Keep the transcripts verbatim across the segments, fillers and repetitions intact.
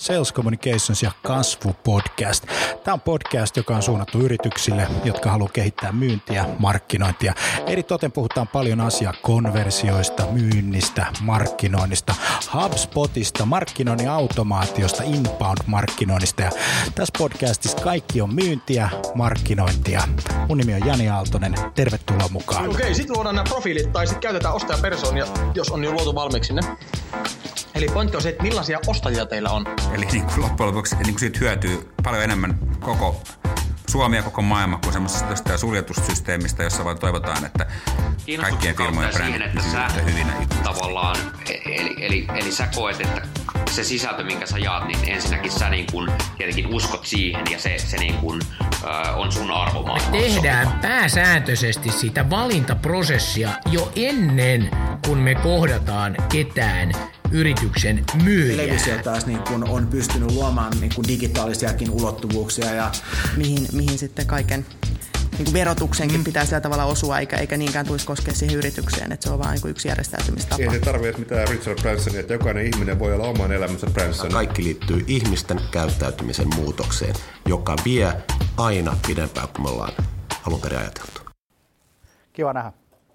Sales Communications ja kasvupodcast. Tämä on podcast, joka on suunnattu yrityksille, jotka haluaa kehittää myyntiä, markkinointia. Eritoten puhutaan paljon asiaa konversioista, myynnistä, markkinoinnista, HubSpotista, markkinoinnin automaatiosta, inbound-markkinoinnista. Ja tässä podcastissa kaikki on myyntiä, markkinointia. Mun nimi on Jani Aaltonen. Tervetuloa mukaan. Okei, okay, sitten luodaan nämä profiilit tai sitten käytetään ostajapersoonia, jos on jo luotu valmiiksi ne. Eli pointti on se, että millaisia ostajia teillä on. Eli niin kuin loppujen lopuksi niin kuin siitä hyötyy paljon enemmän koko Suomi ja koko maailma kuin semmoisesta suljetussysteemistä, jossa vaan toivotaan, että kaikkien firmojen brändit pysyvät hyvinä. Tavallaan, eli, eli, eli sä koet, että se sisältö, minkä sä jaat, niin ensinnäkin sä niin kun tietenkin uskot siihen ja se, se niin kun, äh, on sun arvomaailma. Me tehdään pääsääntöisesti sitä valintaprosessia jo ennen kuin me kohdataan ketään yrityksen myyjää. Televisio taas niin kun on pystynyt luomaan niin kun digitaalisiakin ulottuvuuksia. Ja mihin, mihin sitten kaiken niin verotuksenkin mm. pitää sillä tavalla osua, eikä, eikä niinkään tulisi koskea siihen yritykseen, että se on vain niin yksi järjestäytymistapa. Ei se tarvitse mitään Richard Bransonia, että jokainen ihminen voi olla oman elämänsä Branson. Kaikki liittyy ihmisten käyttäytymisen muutokseen, joka vie aina pidempään kuin me ollaan alun perin ajateltu. Kiva nähdä.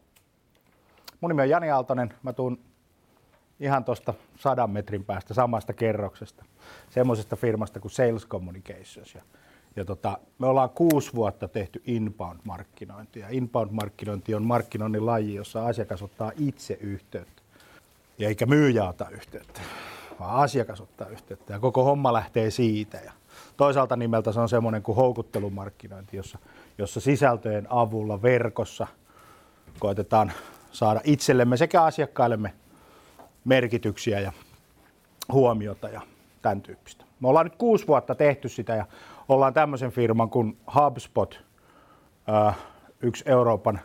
Mun nimi on Jani Aaltonen. Mä tuun ihan tuosta sadan metrin päästä samasta kerroksesta, semmoisesta firmasta kuin Sales Communications. Ja, ja tota, me ollaan kuusi vuotta tehty inbound-markkinointia. Inbound-markkinointi on markkinoinnin laji, jossa asiakas ottaa itse yhteyttä. Ja eikä myyjä ota yhteyttä, vaan asiakas ottaa yhteyttä. Ja koko homma lähtee siitä. Ja toisaalta nimeltä se on semmoinen kuin houkuttelumarkkinointi, jossa, jossa sisältöjen avulla verkossa koetetaan saada itsellemme sekä asiakkaillemme merkityksiä ja huomiota ja tämän tyyppistä. Me ollaan nyt kuusi vuotta tehty sitä ja ollaan tämmöisen firman kuin HubSpot, äh, yksi Euroopan,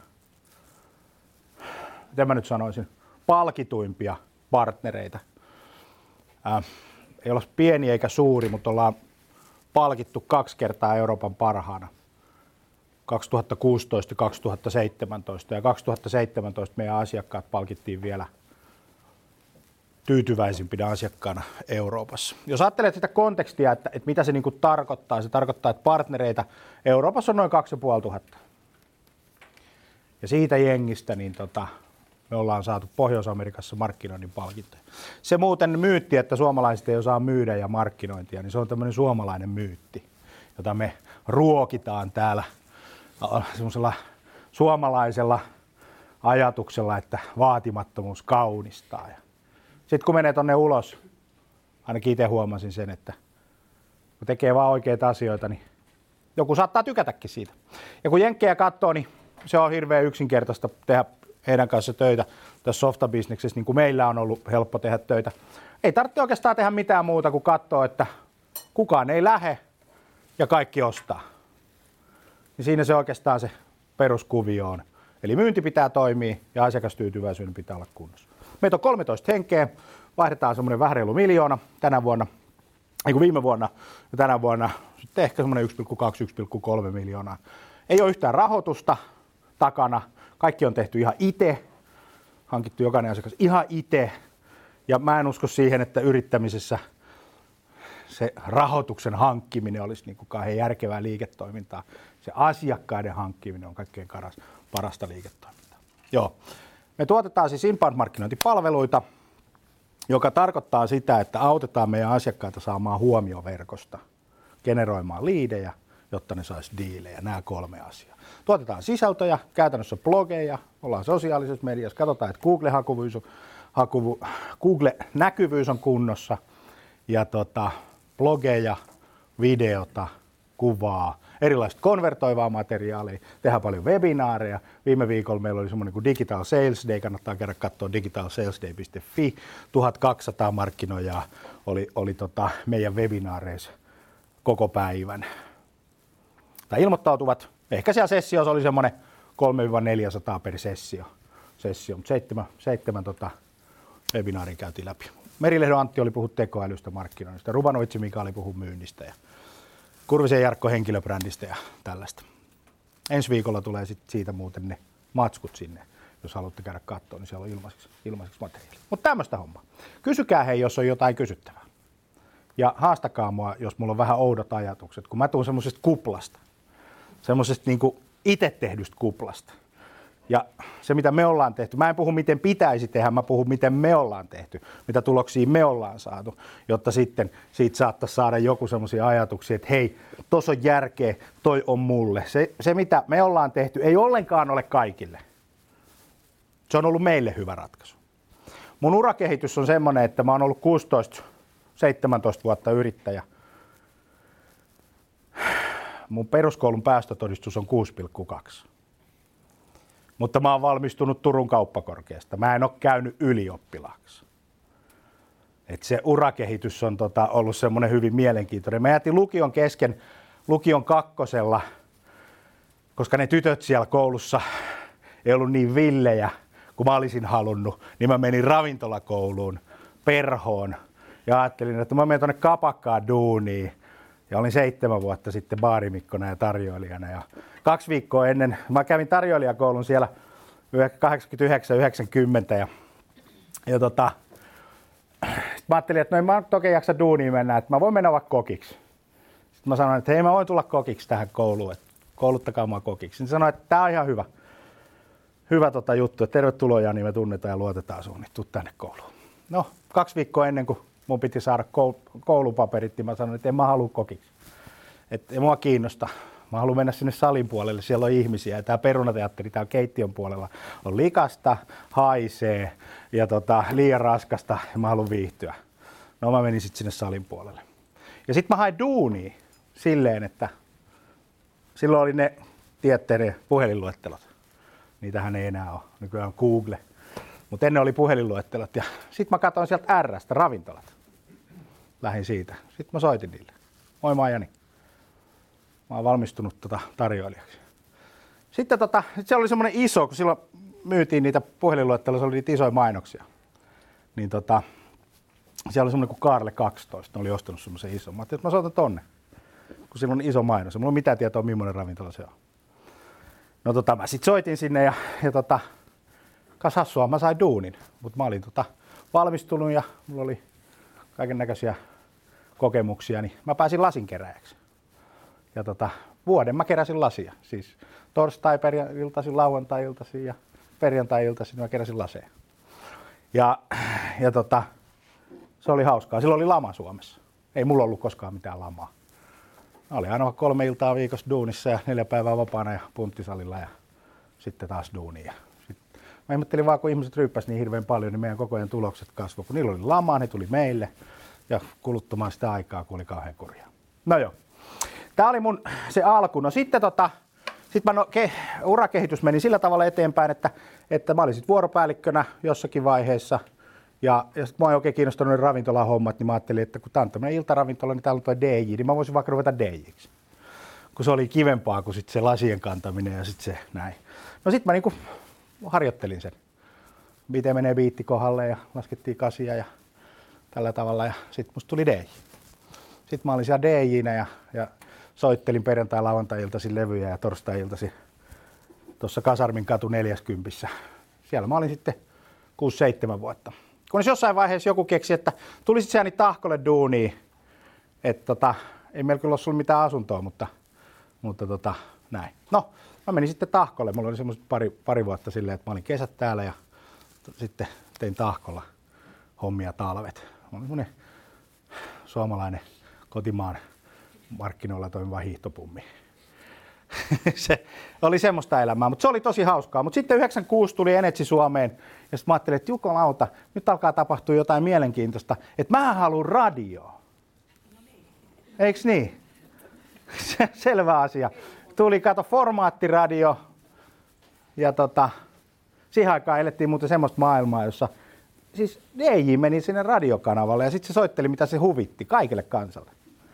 miten mä nyt sanoisin, palkituimpia partnereita. Äh, ei ole pieni eikä suuri, mutta ollaan palkittu kaksi kertaa Euroopan parhaana. kaksituhattakuusitoista ja kaksituhattaseitsemäntoista ja kaksituhattaseitsemäntoista meidän asiakkaat palkittiin vielä tyytyväisimpinä asiakkaana Euroopassa. Jos ajattelet sitä kontekstia, että, että mitä se niin kuin tarkoittaa, se tarkoittaa, että partnereita Euroopassa on noin kaksituhattaviisisataa. Ja siitä jengistä niin tota, me ollaan saatu Pohjois-Amerikassa markkinoinnin palkintoja. Se muuten myytti, että suomalaiset ei osaa myydä ja markkinointia, niin se on tämmöinen suomalainen myytti, jota me ruokitaan täällä semmoisella suomalaisella ajatuksella, että vaatimattomuus kaunistaa. Sitten kun menee tonne ulos, ainakin itse huomasin sen, että kun tekee vaan oikeita asioita, niin joku saattaa tykätäkin siitä. Ja kun jenkkejä katsoo, niin se on hirveän yksinkertaista tehdä heidän kanssa töitä tässä softabisneksessä, niin kuin meillä on ollut helppo tehdä töitä. Ei tarvitse oikeastaan tehdä mitään muuta kuin katsoa, että kukaan ei lähe ja kaikki ostaa. Niin siinä se oikeastaan se peruskuvio on. Eli myynti pitää toimia ja asiakastyytyväisyyden pitää olla kunnossa. Meitä on kolmetoista henkeä, vaihdetaan semmoinen vähän reilu miljoona tänä vuonna, ei kun viime vuonna ja tänä vuonna sitten ehkä semmoinen yksi pilkku kaksi yksi pilkku kolme miljoonaa. Ei ole yhtään rahoitusta takana, kaikki on tehty ihan itse, hankittu jokainen asiakas ihan itse ja mä en usko siihen, että yrittämisessä se rahoituksen hankkiminen olisi niin kuin kauhean järkevää liiketoimintaa. Se asiakkaiden hankkiminen on kaikkein paras, parasta liiketoimintaa. Joo. Me tuotetaan siis inbound-markkinointipalveluita, joka tarkoittaa sitä, että autetaan meidän asiakkaita saamaan huomioverkosta, generoimaan liidejä, jotta ne saisi diilejä, nämä kolme asiaa. Tuotetaan sisältöjä, käytännössä blogeja, ollaan sosiaalisessa mediassa, katsotaan, että Google-hakuvuus on, hakuvu, Google-näkyvyys on kunnossa, ja tota, blogeja, videota, kuvaa, erilaista konvertoivaa materiaalia, tehdään paljon webinaareja. Viime viikolla meillä oli semmoinen kuin Digital Sales Day, kannattaa käydä katsoa digital sales day piste fi. tuhatkaksisataa markkinoijaa oli, oli tota meidän webinaareissa koko päivän. Tai ilmoittautuvat, ehkä siellä sessiossa oli semmoinen kolme neljäsataa per sessio, sessio mutta seitsemän, seitsemän tota webinaarin käytiin läpi. Merilehdon Antti oli puhunut tekoälystä markkinoinnista, Rubanovic Mika oli puhunut myynnistä ja Kurvisen Jarkko henkilöbrändistä ja tällaista. Ensi viikolla tulee sit siitä muuten ne matskut sinne, jos haluatte käydä katsoa, niin siellä on ilmaiseksi, ilmaiseksi materiaalia. Mutta tämmöistä hommaa. Kysykää hei, jos on jotain kysyttävää. ja haastakaa mua, jos mulla on vähän oudot ajatukset, kun mä tuun semmoisesta kuplasta, semmoisesta niinku itse tehdystä kuplasta. Ja se, mitä me ollaan tehty, mä en puhu miten pitäisi tehdä, mä puhun miten me ollaan tehty, mitä tuloksia me ollaan saatu, jotta sitten siitä saattaisi saada joku semmoisia ajatuksia, että hei, tossa on järkeä, toi on mulle. Se, se, mitä me ollaan tehty, ei ollenkaan ole kaikille. Se on ollut meille hyvä ratkaisu. Mun urakehitys on semmoinen, että mä oon ollut kuusitoista seitsemäntoista vuotta yrittäjä. Mun peruskoulun päästötodistus on kuusi pilkku kaksi. Mutta mä oon valmistunut Turun kauppakorkeasta. Mä en ole käynyt ylioppilaaksi. Et se urakehitys on tota, ollut semmoinen hyvin mielenkiintoinen. Mä jätin lukion kesken lukion kakkosella, koska ne tytöt siellä koulussa ei ollut niin villejä kuin mä olisin halunnut, niin mä menin ravintolakouluun Perhoon ja ajattelin, että mä menen tuonne kapakkaan duuniin. Ja olin seitsemän vuotta sitten baarimikkona ja tarjoilijana. Ja kaksi viikkoa ennen, mä kävin tarjoilijakoulun siellä kahdeksankymmentäyhdeksän yhdeksänkymmentä. Ja, ja tota, mä ajattelin, että no en mä toki jaksa duuniin mennä, että mä voin mennä vaikka kokiksi. Sitten mä sanoin, että hei, mä voin tulla kokiksi tähän kouluun, että kouluttakaa mua kokiksi. Sitten sanoin, että tää on ihan hyvä, hyvä tota juttu, että tervetuloa Jani, me tunnetaan ja luotetaan sun, niin tuu tänne kouluun. No, kaksi viikkoa ennen kuin mun piti saada koulupaperit, niin mä sanoin, että en mä halua kokiksi. Että ei mua kiinnosta. Mä haluan mennä sinne salin puolelle, siellä on ihmisiä. Ja tää perunateatteri täällä keittiön puolella on likasta, haisee ja tota, liian raskasta ja mä haluan viihtyä. No mä menin sitten sinne salin puolelle. Ja sitten mä hain duunia silleen, että silloin oli ne, tiedätte, ne puhelinluettelot. Niitähän ei enää ole. Nykyään on Google. Mutta ennen oli puhelinluettelot ja sitten mä katsoin sieltä R:stä ravintolat. Lähdin siitä. Sitten mä soitin niille. Moi, mä oon Jani. Mä oon valmistunut tota tarjoilijaksi. Sitten tota, sit se oli semmoinen iso, kun silloin myytiin niitä puhelinluetteloja, se oli niitä isoja mainoksia. Niin tota, siellä oli semmoinen kuin Kaarle kaksitoista, ne oli ostanut semmoisen ison. Mä ajattelin, että mä soitan tonne, kun silloin on iso mainos. Mulla ei ole mitään tietoa, millainen ravintola se on. No tota, mä sit soitin sinne ja, ja tota, kas hassua, mä sain duunin, mutta mä olin tota, valmistunut ja mulla oli kaiken näköisiä kokemuksia, niin mä pääsin lasinkeräjäksi. Ja tota, vuoden mä keräsin lasia, siis torstai-iltaisin, lauantai-iltaisin ja perjantai-iltaisin mä keräsin laseja. Ja, ja tota, se oli hauskaa, silloin oli lama Suomessa, ei mulla ollut koskaan mitään lamaa. Mä olin aina kolme iltaa viikossa duunissa ja neljä päivää vapaana ja punttisalilla ja sitten taas duunia. Mä ihmettelin vaan, kun ihmiset ryyppäsivät niin hirveän paljon, niin meidän koko ajan tulokset kasvoivat. Kun niillä oli lamaa, ne tuli meille ja kuluttamaan sitä aikaa, kun oli kauhean kurjaa. No joo. Tää oli mun se alku. No sitten tota, sit mä no, ke, urakehitys meni sillä tavalla eteenpäin, että, että mä olin sit vuoropäällikkönä jossakin vaiheessa. Ja, ja sit mä oon oikein kiinnostunut ne ravintolahommat, niin mä ajattelin, että kun tää on tämmönen iltaravintola, niin täällä on tuo D J, niin mä voisin vaikka ruveta D J:ksi. Kun se oli kivempaa kuin sit se lasien kantaminen ja sit se näin. No sit mä niinku harjoittelin sen, miten menee biitti kohdalle ja laskettiin kasia ja tällä tavalla ja sitten musta tuli D J. Sitten mä olin siellä D J:nä ja, ja soittelin perjantai- lauantai-iltaisin levyjä ja torstai-iltaisin tuossa Kasarmin katu neljäskymppissä. Siellä mä olin sitten kuusi seitsemän vuotta. Kunnes jossain vaiheessa joku keksi, että tulisit sä niin Tahkolle duuniin, että tota, ei meillä kyllä ole sulla mitään asuntoa, mutta, mutta tota, näin. No, mä menin sitten Tahkolle. Mulla oli semmoiset pari, pari vuotta silleen, että mä olin kesät täällä ja t- sitten tein Tahkolla hommia talvet. Mä olin semmoinen suomalainen kotimaan markkinoilla toimiva hiihtopummi. Se oli semmoista elämää, mutta se oli tosi hauskaa. Mutta sitten yhdeksänkymmentäkuusi tuli Energy Suomeen ja sitten mä ajattelin, että jukolauta, nyt alkaa tapahtua jotain mielenkiintoista, että mä haluan radioon. Eiks niin? Selvä asia. Tuli kato formaattiradio ja tota, siihen aikaan elettiin muuten semmoista maailmaa, jossa siis D J meni sinne radiokanavalle ja sitten se soitteli, mitä se huvitti kaikille kansalle.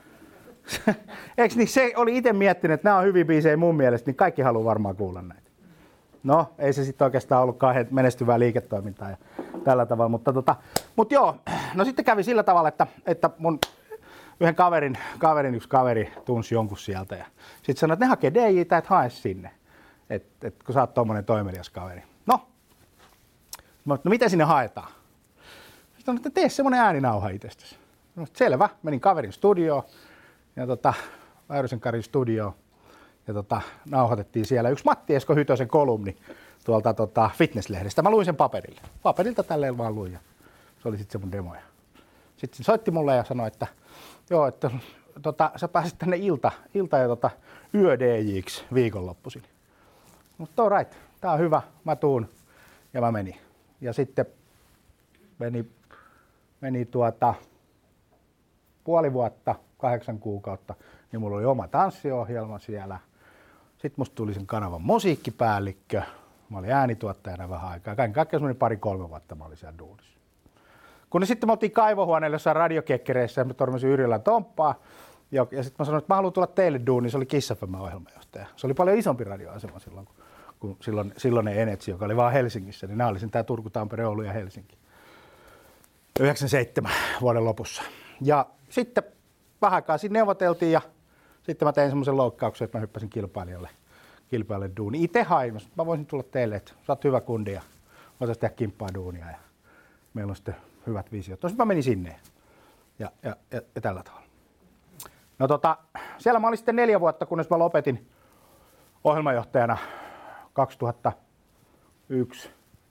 Eikö niin? Se oli itse miettinyt, että nämä on hyviä biisejä mun mielestä, niin kaikki haluaa varmaan kuulla näitä. No, ei se sitten oikeastaan ollut kauhean menestyvää liiketoimintaa ja tällä tavalla, mutta tota, mut joo, no sitten kävi sillä tavalla, että, että mun yhden kaverin, kaverin yksi kaveri tunsi jonkun sieltä ja sitten sanoi, että ne hakee D J:tä, että hae sinne, että et, kun sä oot tommonen toimelias kaveri. No, no miten sinne haetaan? Sitten on, että tee semmonen ääninauha itsestäsi. No, selvä, menin kaverin studioon ja tota, Väyrysen Karin studioon ja tota, nauhoitettiin siellä yksi Matti Esko Hytösen kolumni tuolta tota, fitnesslehdestä. Mä luin sen paperille. Paperilta tälleen vaan luin ja se oli sitten se mun demo. Sitten se soitti mulle ja sanoi, että joo, että tota, sä pääsit tänne ilta, ilta ja tota, yö D J:ksi viikonloppuisin. Mutta all right, tää on hyvä, mä tuun ja mä menin. Ja sitten meni, meni tuota, puoli vuotta, kahdeksan kuukautta, niin mulla oli oma tanssiohjelma siellä. Sitten musta tuli sen kanavan musiikkipäällikkö. Mä olin äänituottajana vähän aikaa. Kaiken kaikkiaan semmoinen pari-kolme vuotta mä olin siellä duunissa. Kun sitten me oltiin kaivohuoneella jossain radiokekkereissä ja mä tormasin Yrjölän Tomppaa. Ja, ja sitten mä sanoin, että mä haluan tulla teille duuniin. Se oli Kiss F M:n ohjelmajohtaja. Se oli paljon isompi radioasema silloin, kun, kun silloin, silloinen Energy, joka oli vaan Helsingissä. Niin nämä oli sen tää Turku, Tampere, Oulu ja Helsinki. yhdeksänkymmentäseitsemän vuoden lopussa. Ja sitten vähän aikaa siinä neuvoteltiin ja sitten mä tein semmoisen loukkauksen, että mä hyppäsin kilpailijalle, kilpailijalle duuni. Itse hain, mä voisin tulla teille, että sä oot hyvä kundi ja voisin tehdä kimppaa duunia ja meillä on sitten hyvät visiot. No sitten mä menin sinne ja, ja, ja, ja tällä tavalla. No tota, siellä mä olin sitten neljä vuotta, kunnes mä lopetin ohjelmajohtajana kaksituhattayksi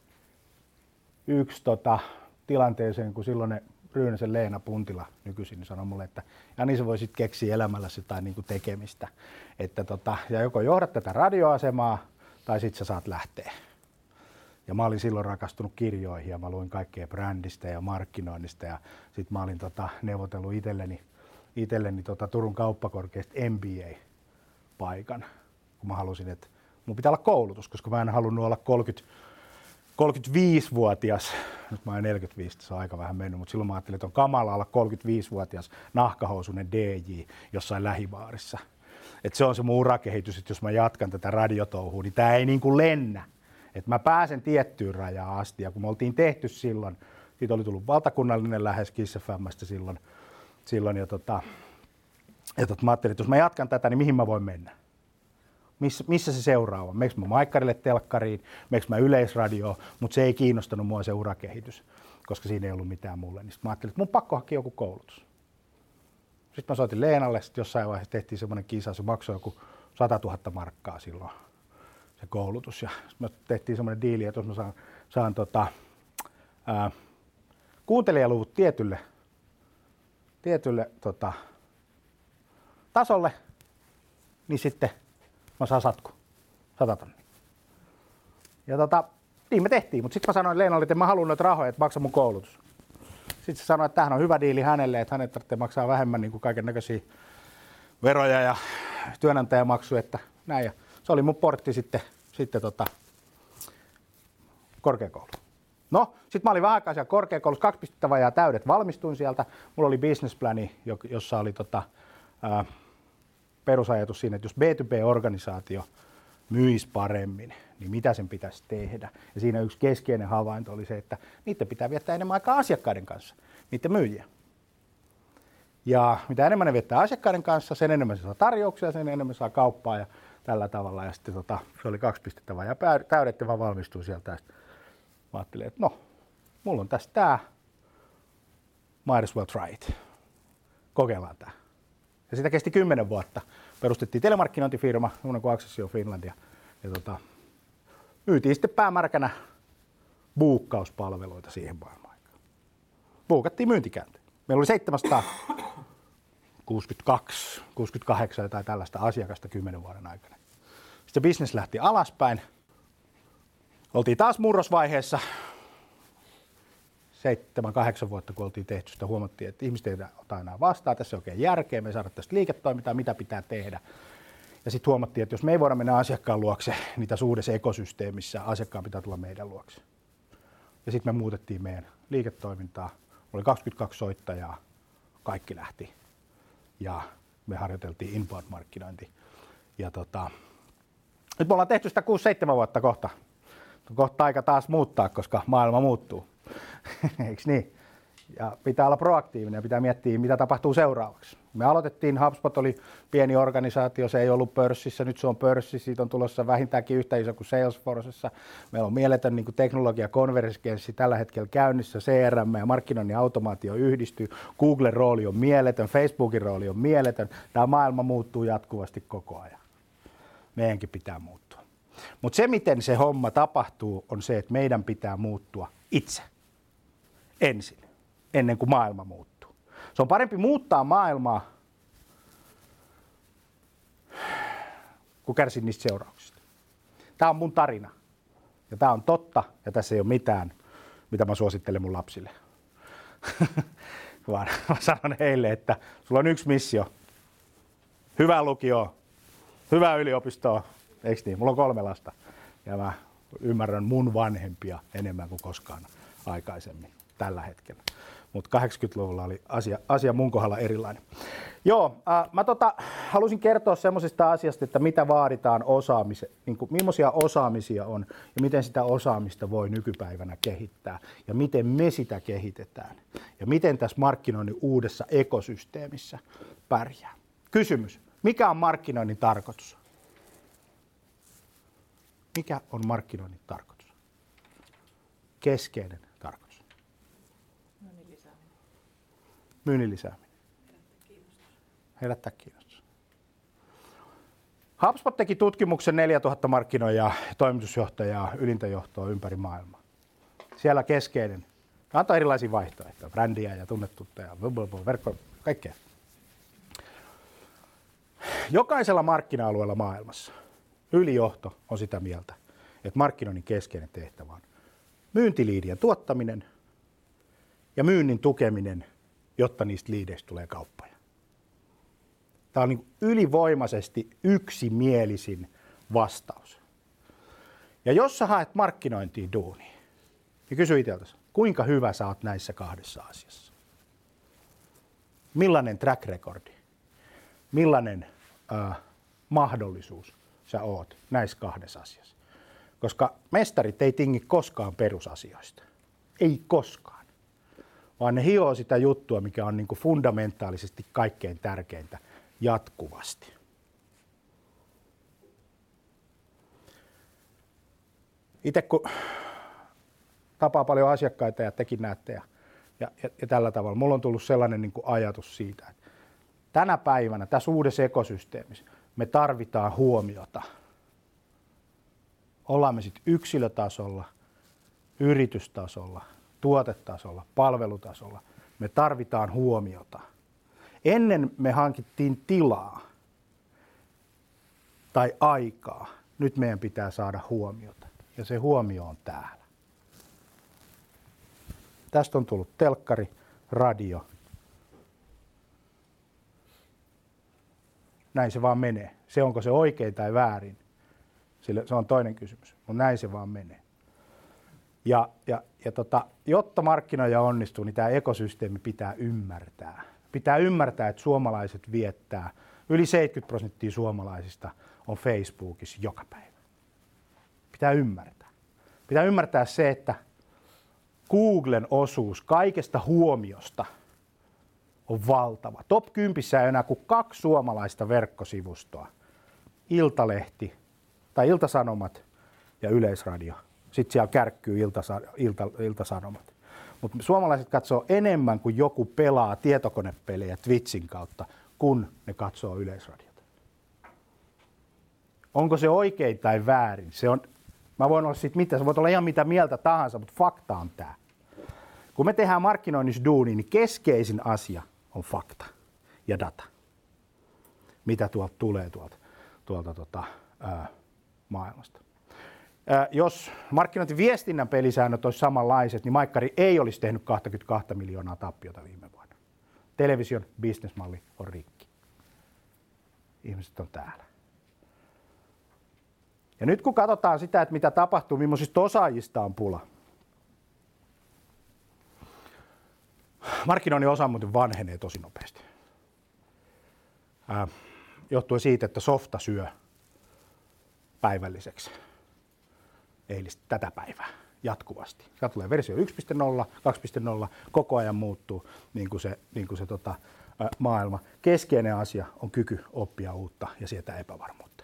yksi, tota, tilanteeseen, kun silloin Ryynäsen Leena Puntila nykyisin niin sanoi mulle, että ja niin sä voisit keksiä elämälläsi jotain niin kuin tekemistä. Että tota, ja joko johdat tätä radioasemaa tai sit sä saat lähteä. Ja mä olin silloin rakastunut kirjoihin ja mä luin kaikkea brändistä ja markkinoinnista ja sit mä olin tota, neuvotellut itselleni, itselleni tota, Turun kauppakorkeasta M B A-paikan, kun mä halusin, että mun pitää olla koulutus, koska mä en halunnut olla kolmekymmentä kolmekymmentäviisivuotias, nyt mä olen neljäkymmentäviisi, se on aika vähän mennyt, mutta silloin mä ajattelin, että on kamala olla kolmekymmentäviisivuotias nahkahousunen D J jossain lähibaarissa. Että se on se mun urakehitys, että jos mä jatkan tätä radiotouhua, niin tää ei niin kuin lennä. Että mä pääsen tiettyyn rajaan asti, ja kun me oltiin tehty silloin, siitä oli tullut valtakunnallinen lähes Kiss F M:stä silloin, silloin ja, tota, ja tota, mä ajattelin, että jos mä jatkan tätä, niin mihin mä voin mennä? Missä, missä se seuraava? Meneekö mä Maikkarille telkkariin, meneekö mä Yleisradioon, mutta se ei kiinnostanut mua se urakehitys, koska siinä ei ollut mitään mulle. Niin sit mä ajattelin, että mun pakko hakea joku koulutus. Sitten mä soitin Leenalle, sitten jossain vaiheessa tehtiin semmoinen kisa, se maksoi joku satatuhatta markkaa silloin se koulutus. Ja sitten me tehtiin semmoinen diili, että jos mä saan, saan tota, ää, kuuntelijaluvut tietylle, tietylle tota, tasolle, niin sitten mä saan satku, sata tonnia. Ja tota, niin me tehtiin, mutta sitten mä sanoin Leenalle, että mä haluan noita rahoja, että maksa mun koulutus. Sitten se sanoi, että tämähän on hyvä diili hänelle, että hänet tarvitsee maksaa vähemmän niin kuin kaiken näköisiä veroja ja työnantajamaksuja, että näin. Ja se oli mun portti sitten, sitten tota, korkeakouluun. No, sitten mä olin vähän aikaa siellä korkeakoulussa, kaksi pistettä vajaa täydet, valmistuin sieltä. Mulla oli businessplani, jossa oli tota, ää, perusajatus siinä, että jos B to B-organisaatio myisi paremmin, niin mitä sen pitäisi tehdä. Ja siinä yksi keskeinen havainto oli se, että niiden pitää viettää enemmän aikaa asiakkaiden kanssa, niiden myyjiä. Ja mitä enemmän ne viettää asiakkaiden kanssa, sen enemmän se saa tarjouksia, sen enemmän saa kauppaa ja tällä tavalla. Ja sitten tota, se oli kaksi pistettä vajaa täydet ja vaan valmistui sieltä. Mä ajattelin, että no, mulla on tässä tää, might as well try it. Kokeillaan tää. Ja sitä kesti kymmenen vuotta. Perustettiin telemarkkinointifirma, semmoinen kuin Accessio Finland, ja, ja tota, myytiin sitten päämärkänä buukkauspalveluita siihen maailmaan. Buukattiin myyntikäyntiin. Meillä oli seitsemänsataakuusikymmentäkaksi kuusikymmentäkahdeksan tai tällaista asiakasta kymmenen vuoden aikana. Sitten business lähti alaspäin. Oltiin taas murrosvaiheessa. Seitsemän, kahdeksan vuotta, kun oltiin tehty sitä, huomattiin, että ihmiset ei ota enää vastaan, tässä ei oikein järkeä, me ei saada tästä liiketoimintaa, mitä pitää tehdä. Ja sitten huomattiin, että jos me ei voida mennä asiakkaan luokse, niin tässä uudessa ekosysteemissä asiakkaan pitää tulla meidän luokse. Ja sitten me muutettiin meidän liiketoimintaa, oli kaksikymmentäkaksi soittajaa, kaikki lähti. Ja me harjoiteltiin inbound-markkinointi. Ja tota, nyt me ollaan tehty sitä kuusi seitsemän vuotta kohta. Kohta aika taas muuttaa, koska maailma muuttuu. Eikö niin? Ja pitää olla proaktiivinen ja pitää miettiä, mitä tapahtuu seuraavaksi. Me aloitettiin, HubSpot oli pieni organisaatio, se ei ollut pörssissä, nyt se on pörssissä, siitä on tulossa vähintäänkin yhtä iso kuin Salesforcessa. Meillä on mieletön niin kuin teknologiakonvergenssi tällä hetkellä käynnissä, C R M ja markkinoinnin automaatio yhdistyy, Googlen rooli on mieletön, Facebookin rooli on mieletön, tämä maailma muuttuu jatkuvasti koko ajan. Meidänkin pitää muuttua. Mutta se, miten se homma tapahtuu, on se, että meidän pitää muuttua itse ensin, ennen kuin maailma muuttuu. Se on parempi muuttaa maailmaa, kuin kärsiä niistä seurauksista. Tämä on mun tarina. Ja tämä on totta, ja tässä ei ole mitään, mitä mä suosittelen mun lapsille. Vaan mä sanon heille, että sulla on yksi missio. Hyvää lukioa, hyvää yliopistoa. Eikö niin? Mulla on kolme lasta. Ja mä ymmärrän mun vanhempia enemmän kuin koskaan aikaisemmin tällä hetkellä. Mutta kahdeksankymmentäluvulla oli asia, asia mun kohdalla erilainen. Joo, äh, mä tota, halusin kertoa semmoisesta asiasta, että mitä vaaditaan osaamiseen, niin kuin, millaisia osaamisia on ja miten sitä osaamista voi nykypäivänä kehittää ja miten me sitä kehitetään ja miten tässä markkinoinnin uudessa ekosysteemissä pärjää. Kysymys, mikä on markkinoinnin tarkoitus? Mikä on markkinoinnin tarkoitus? Keskeinen tarkoitus. Myynnin lisääminen. Herättää kiinnostus. HubSpot teki tutkimuksen neljätuhatta markkinoijaa, toimitusjohtajaa, ylintä johtoa ympäri maailmaa. Siellä keskeinen. Antaa erilaisia vaihtoehtoja, brändiä ja tunnettuutta ja verkko, kaikkea. Jokaisella markkina-alueella maailmassa ylijohto on sitä mieltä, että markkinoinnin keskeinen tehtävä on myyntiliidien tuottaminen ja myynnin tukeminen, jotta niistä liideistä tulee kauppoja. Tämä on niin ylivoimaisesti yksimielisin vastaus. Ja jos sä haet markkinointiin duunia, niin kysy itseltäsi, kuinka hyvä sä oot näissä kahdessa asiassa? Millainen track recordi, millainen äh, mahdollisuus sä oot näissä kahdessa asiassa? Koska mestarit ei tingi koskaan perusasioista. Ei koskaan. Vaan ne hioo sitä juttua, mikä on niin kuin fundamentaalisesti kaikkein tärkeintä jatkuvasti. Itse kun tapaa paljon asiakkaita ja tekin näette ja, ja, ja tällä tavalla, mulla on tullut sellainen niin kuin ajatus siitä, että tänä päivänä tässä uudessa ekosysteemissä me tarvitaan huomiota. Ollaan me sitten yksilötasolla, yritystasolla, tuotetasolla, palvelutasolla. Me tarvitaan huomiota. Ennen me hankittiin tilaa tai aikaa. Nyt meidän pitää saada huomiota. Ja se huomio on täällä. Tästä on tullut telkkari, radio. Näin se vaan menee. Se onko se oikein tai väärin, sillä se on toinen kysymys. Mutta näin se vaan menee. Ja, ja, ja tota, jotta markkinoija onnistuu, niin tämä ekosysteemi pitää ymmärtää. Pitää ymmärtää, että suomalaiset viettää, yli seitsemänkymmentä prosenttia suomalaisista on Facebookissa joka päivä. Pitää ymmärtää. Pitää ymmärtää se, että Googlen osuus kaikesta huomiosta on valtava. Top kympissä ei ole enää kuin kaksi suomalaista verkkosivustoa. Iltalehti tai Iltasanomat ja Yleisradio. Sitten siellä kärkkyy iltasa, ilta, Iltasanomat. Mutta suomalaiset katsoo enemmän kuin joku pelaa tietokonepelejä Twitchin kautta, kun ne katsoo Yleisradiota. Onko se oikein tai väärin? Se on, mä voin olla siitä mitä, se voi olla ihan mitä mieltä tahansa, mutta fakta on tämä. Kun me tehdään markkinoinnissa duunia, niin keskeisin asia on fakta ja data. Mitä tuolta tulee tuolta, tuolta tuota, ää, maailmasta. Ää, jos markkinointiviestinnän pelisäännöt olisi samanlaiset, niin Maikkari ei olisi tehnyt kaksikymmentäkaksi miljoonaa tappiota viime vuonna. Television bisnesmalli on rikki. Ihmiset on täällä. Ja nyt kun katsotaan sitä, että mitä tapahtuu, millaisista osaajista on pula. Markkinoinnin osa muuten vanhenee tosi nopeasti. Ää, johtuen siitä, että softa syö päivälliseksi eilistä tätä päivää jatkuvasti. Sieltä tulee versio yksi piste nolla, kaksi piste nolla, koko ajan muuttuu niin kuin se, niin kuin se tota, maailma. Keskeinen asia on kyky oppia uutta ja sieltä epävarmuutta.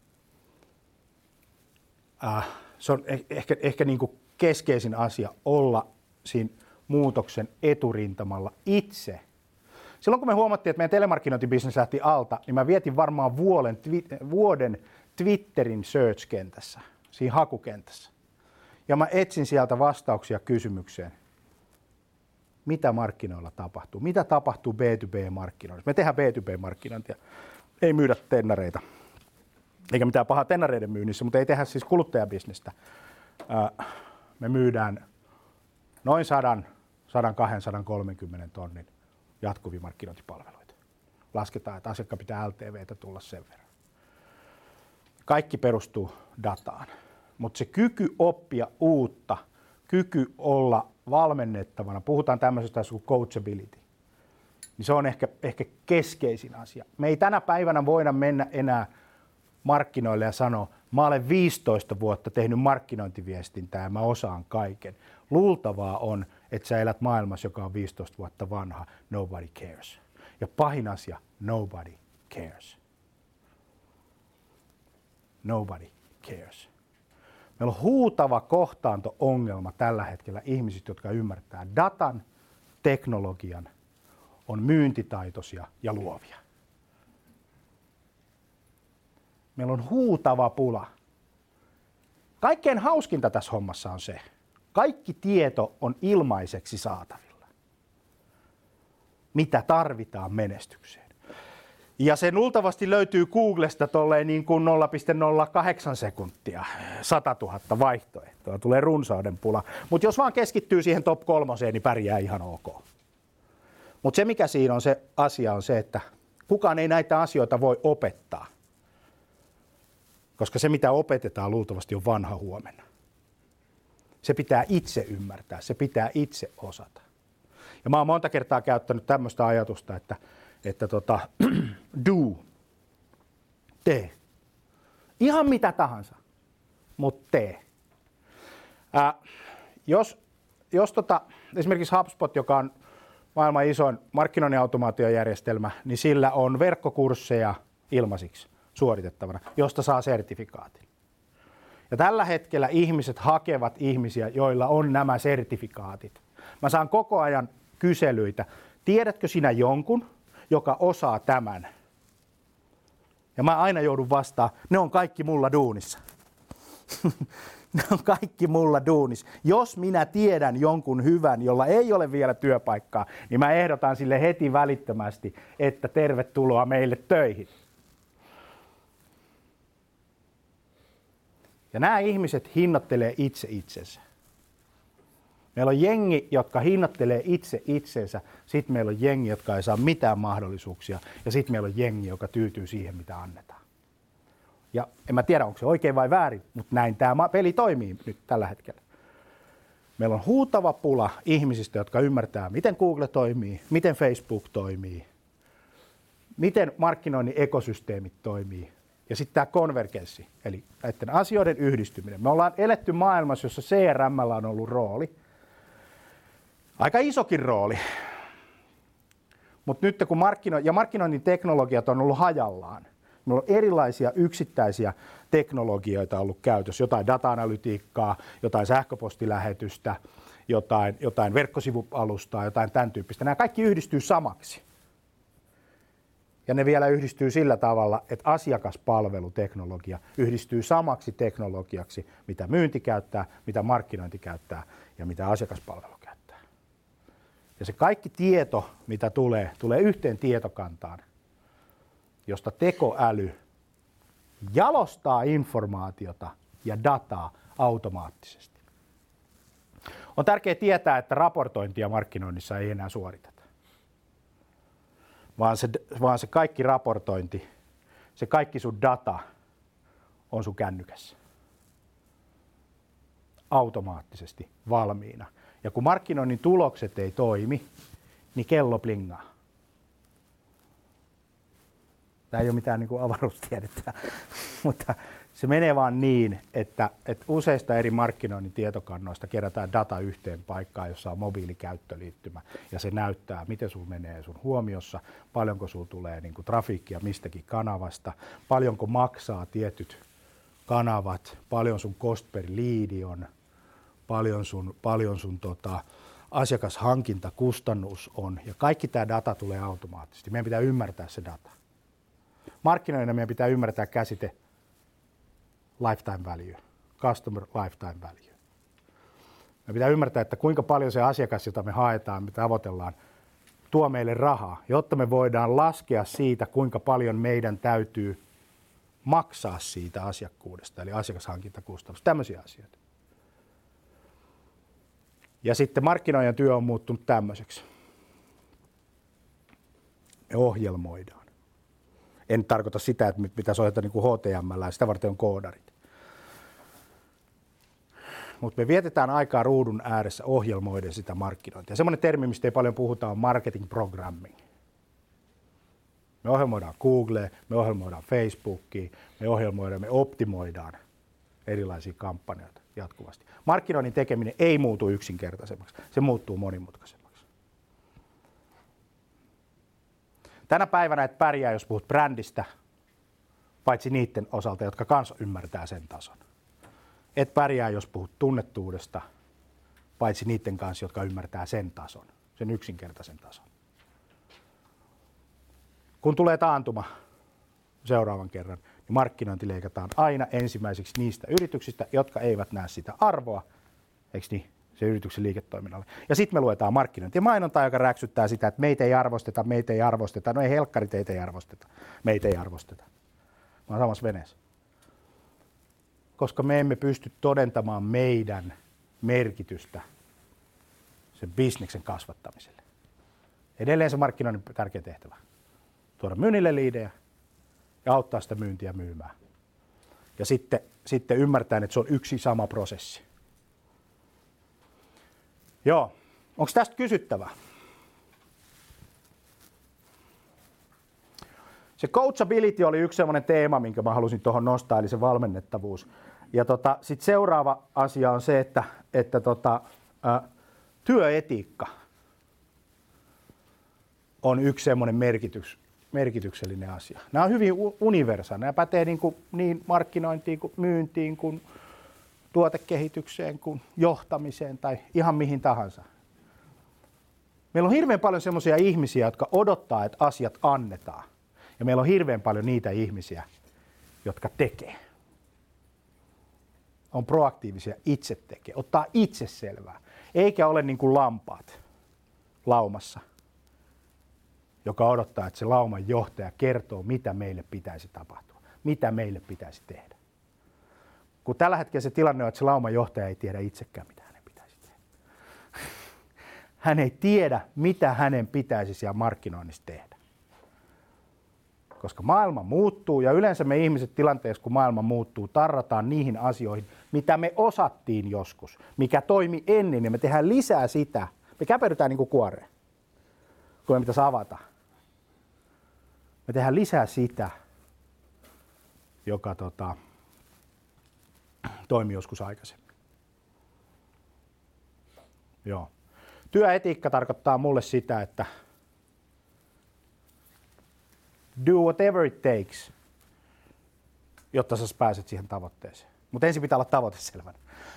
Äh, se on ehkä, ehkä niin kuin keskeisin asia olla siinä muutoksen eturintamalla itse. Silloin kun me huomattiin, että meidän telemarkkinointibisnes lähti alta, niin mä vietin varmaan vuoden, vuoden Twitterin search-kentässä, siinä hakukentässä. Ja mä etsin sieltä vastauksia kysymykseen, mitä markkinoilla tapahtuu, mitä tapahtuu B to B-markkinoilla. Me tehdään B to B-markkinointia, ei myydä tennareita, eikä mitään pahaa tennareiden myynnissä, mutta ei tehdä siis kuluttajabisnestä. Me myydään noin sadan, sadan kahden, sadan kolmenkymmenen tonnin jatkuvia markkinointipalveluita. Lasketaan, että asiakkaan pitää L T V:tä tulla sen verran. Kaikki perustuu dataan, mutta se kyky oppia uutta, kyky olla valmennettavana, puhutaan tämmöisestä kuin coachability, niin se on ehkä, ehkä keskeisin asia. Me ei tänä päivänä voida mennä enää markkinoille ja sanoa, mä olen viisitoista vuotta tehnyt markkinointiviestintää ja mä osaan kaiken. Luultavaa on, että sä elät maailmassa, joka on viisitoista vuotta vanha. Nobody cares. Ja pahin asia, nobody cares. Nobody cares. Meillä on huutava kohtaanto-ongelma tällä hetkellä ihmisistä, jotka ymmärtää datan, teknologian, on myyntitaitoisia ja luovia. Meillä on huutava pula. Kaikkein hauskinta tässä hommassa on se, kaikki tieto on ilmaiseksi saatavilla, mitä tarvitaan menestykseen. Ja se luultavasti löytyy Googlesta tolleen niin kuin nolla pilkku nolla kahdeksan sekuntia, sata tuhatta vaihtoehtoa, tulee runsauden pula. Mutta jos vaan keskittyy siihen top kolmoseen, niin pärjää ihan ok. Mutta se mikä siinä on se asia on se, että kukaan ei näitä asioita voi opettaa. Koska se, mitä opetetaan, luultavasti on vanha huomenna. Se pitää itse ymmärtää, se pitää itse osata. Ja mä oon monta kertaa käyttänyt tämmöistä ajatusta, että, että tota, do, tee. Ihan mitä tahansa, mutta tee. Ää, jos jos tota, esimerkiksi HubSpot, joka on maailman isoin markkinoinnin automaatiojärjestelmä, niin sillä on verkkokursseja ilmaisiksi suoritettavana, josta saa sertifikaatin. Ja tällä hetkellä ihmiset hakevat ihmisiä, joilla on nämä sertifikaatit. Mä saan koko ajan kyselyitä, tiedätkö sinä jonkun, joka osaa tämän? Ja mä aina joudun vastaan, ne on kaikki mulla duunissa. Ne on kaikki mulla duunissa. Jos minä tiedän jonkun hyvän, jolla ei ole vielä työpaikkaa, niin mä ehdotan sille heti välittömästi, että tervetuloa meille töihin. Ja nämä ihmiset hinnoittelee itse itsensä. Meillä on jengi, jotka hinnoittelee itse itsensä, sitten meillä on jengi, jotka ei saa mitään mahdollisuuksia, ja sitten meillä on jengi, joka tyytyy siihen, mitä annetaan. Ja en mä tiedä, onko se oikein vai väärin, mutta näin tämä peli toimii nyt tällä hetkellä. Meillä on huutava pula ihmisistä, jotka ymmärtää, miten Google toimii, miten Facebook toimii, miten markkinoinnin ekosysteemit toimii. Ja sitten tämä konvergenssi, eli näiden asioiden yhdistyminen. Me ollaan eletty maailmassa, jossa C R M:llä on ollut rooli, aika isokin rooli. Mutta nyt kun markkino- ja markkinoinnin teknologiat on ollut hajallaan, meillä on erilaisia yksittäisiä teknologioita ollut käytössä, jotain data-analytiikkaa, jotain sähköpostilähetystä, jotain, jotain verkkosivualustaa, jotain tämän tyyppistä. Nämä kaikki yhdistyy samaksi. Ja ne vielä yhdistyy sillä tavalla, että asiakaspalveluteknologia yhdistyy samaksi teknologiaksi, mitä myynti käyttää, mitä markkinointi käyttää ja mitä asiakaspalvelu käyttää. Ja se kaikki tieto, mitä tulee, tulee yhteen tietokantaan, josta tekoäly jalostaa informaatiota ja dataa automaattisesti. On tärkeää tietää, että raportointia markkinoinnissa ei enää suoriteta. Vaan se, vaan se kaikki raportointi, se kaikki sun data on sun kännykässä. Automaattisesti valmiina. Ja kun markkinoinnin tulokset ei toimi, niin kello plingaa. Tämä ei ole mitään niin kuin avaruustiedettä, mutta se menee vaan niin, että, että useista eri markkinoinnin tietokannoista kerätään data yhteen paikkaan, jossa on mobiilikäyttöliittymä, ja se näyttää, miten sun menee sun huomiossa, paljonko sun tulee niin kuin trafiikkia mistäkin kanavasta, paljonko maksaa tietyt kanavat, paljon sun cost per lead on, paljon sun, paljon sun tota, asiakashankintakustannus on, ja kaikki tämä data tulee automaattisesti. Meidän pitää ymmärtää se data. Markkinoina meidän pitää ymmärtää käsite lifetime value, customer lifetime value. Meidän pitää ymmärtää, että kuinka paljon se asiakas, jota me haetaan, me tavoitellaan, tuo meille rahaa, jotta me voidaan laskea siitä, kuinka paljon meidän täytyy maksaa siitä asiakkuudesta, eli asiakashankintakustannus, tämmöisiä asioita. Ja sitten markkinoijan työ on muuttunut tämmöiseksi. Me ohjelmoidaan. En tarkoita sitä, että pitäisi ohjata niin kuin H T M L, sitä varten on koodarit. Mutta me vietetään aikaa ruudun ääressä ohjelmoiden sitä markkinointia. Semmoinen termi, mistä ei paljon puhuta, on marketing programming. Me ohjelmoidaan Googlea, me ohjelmoidaan Facebookia, me ohjelmoidaan, me optimoidaan erilaisia kampanjoita jatkuvasti. Markkinoinnin tekeminen ei muutu yksinkertaisemmaksi, se muuttuu monimutkaisemmaksi. Tänä päivänä et pärjää, jos puhut brändistä, paitsi niiden osalta, jotka kanssa ymmärtää sen tason. Et pärjää, jos puhut tunnettuudesta, paitsi niiden kanssa, jotka ymmärtää sen tason, sen yksinkertaisen tason. Kun tulee taantuma seuraavan kerran, niin markkinointi leikataan aina ensimmäiseksi niistä yrityksistä, jotka eivät näe sitä arvoa, eikö niin, se yrityksen liiketoiminnalle. Ja sitten me luetaan markkinointi ja mainontaa, joka räksyttää sitä, että meitä ei arvosteta, meitä ei arvosteta. No ei helkkari, teitä ei arvosteta, meitä ei arvosteta. Mä oon samassa veneessä. Koska me emme pysty todentamaan meidän merkitystä sen bisneksen kasvattamiselle. Edelleen se markkinoinnin tärkeä tehtävä. Tuoda myynnille liidejä ja auttaa sitä myyntiä myymään. Ja sitten, sitten ymmärtää, että se on yksi sama prosessi. Joo, onko tästä kysyttävää? Se coachability oli yksi sellainen teema, minkä mä halusin tuohon nostaa, eli se valmennettavuus. Ja tota, sitten seuraava asia on se, että, että tota, ä, työetiikka on yksi semmoinen merkitys, merkityksellinen asia. Nämä on hyvin universaaleja. Nämä pätee niin, kuin, niin markkinointiin kuin myyntiin kuin tuotekehitykseen kuin johtamiseen tai ihan mihin tahansa. Meillä on hirveän paljon semmoisia ihmisiä, jotka odottaa, että asiat annetaan. Ja meillä on hirveän paljon niitä ihmisiä, jotka tekee. On proaktiivisia, itse tekee, ottaa itse selvää. Eikä ole niin kuin lampaat laumassa, joka odottaa, että se lauman johtaja kertoo, mitä meille pitäisi tapahtua, mitä meille pitäisi tehdä. Kun tällä hetkellä se tilanne on, että se lauman johtaja ei tiedä itsekään, mitä hänen pitäisi tehdä. Hän ei tiedä, mitä hänen pitäisi siellä markkinoinnissa tehdä. Koska maailma muuttuu ja yleensä me ihmiset tilanteessa, kun maailma muuttuu, tarrataan niihin asioihin, mitä me osattiin joskus, mikä toimi ennen ja me tehdään lisää sitä. Me käperrytään niin kuin kuoreen, kun me pitäisi avata. Me tehdään lisää sitä, joka tota, toimi joskus aikaisemmin. Joo. Työetiikka tarkoittaa mulle sitä, että do whatever it takes, jotta sä pääset siihen tavoitteeseen. Mutta ensin pitää olla tavoite selvänä.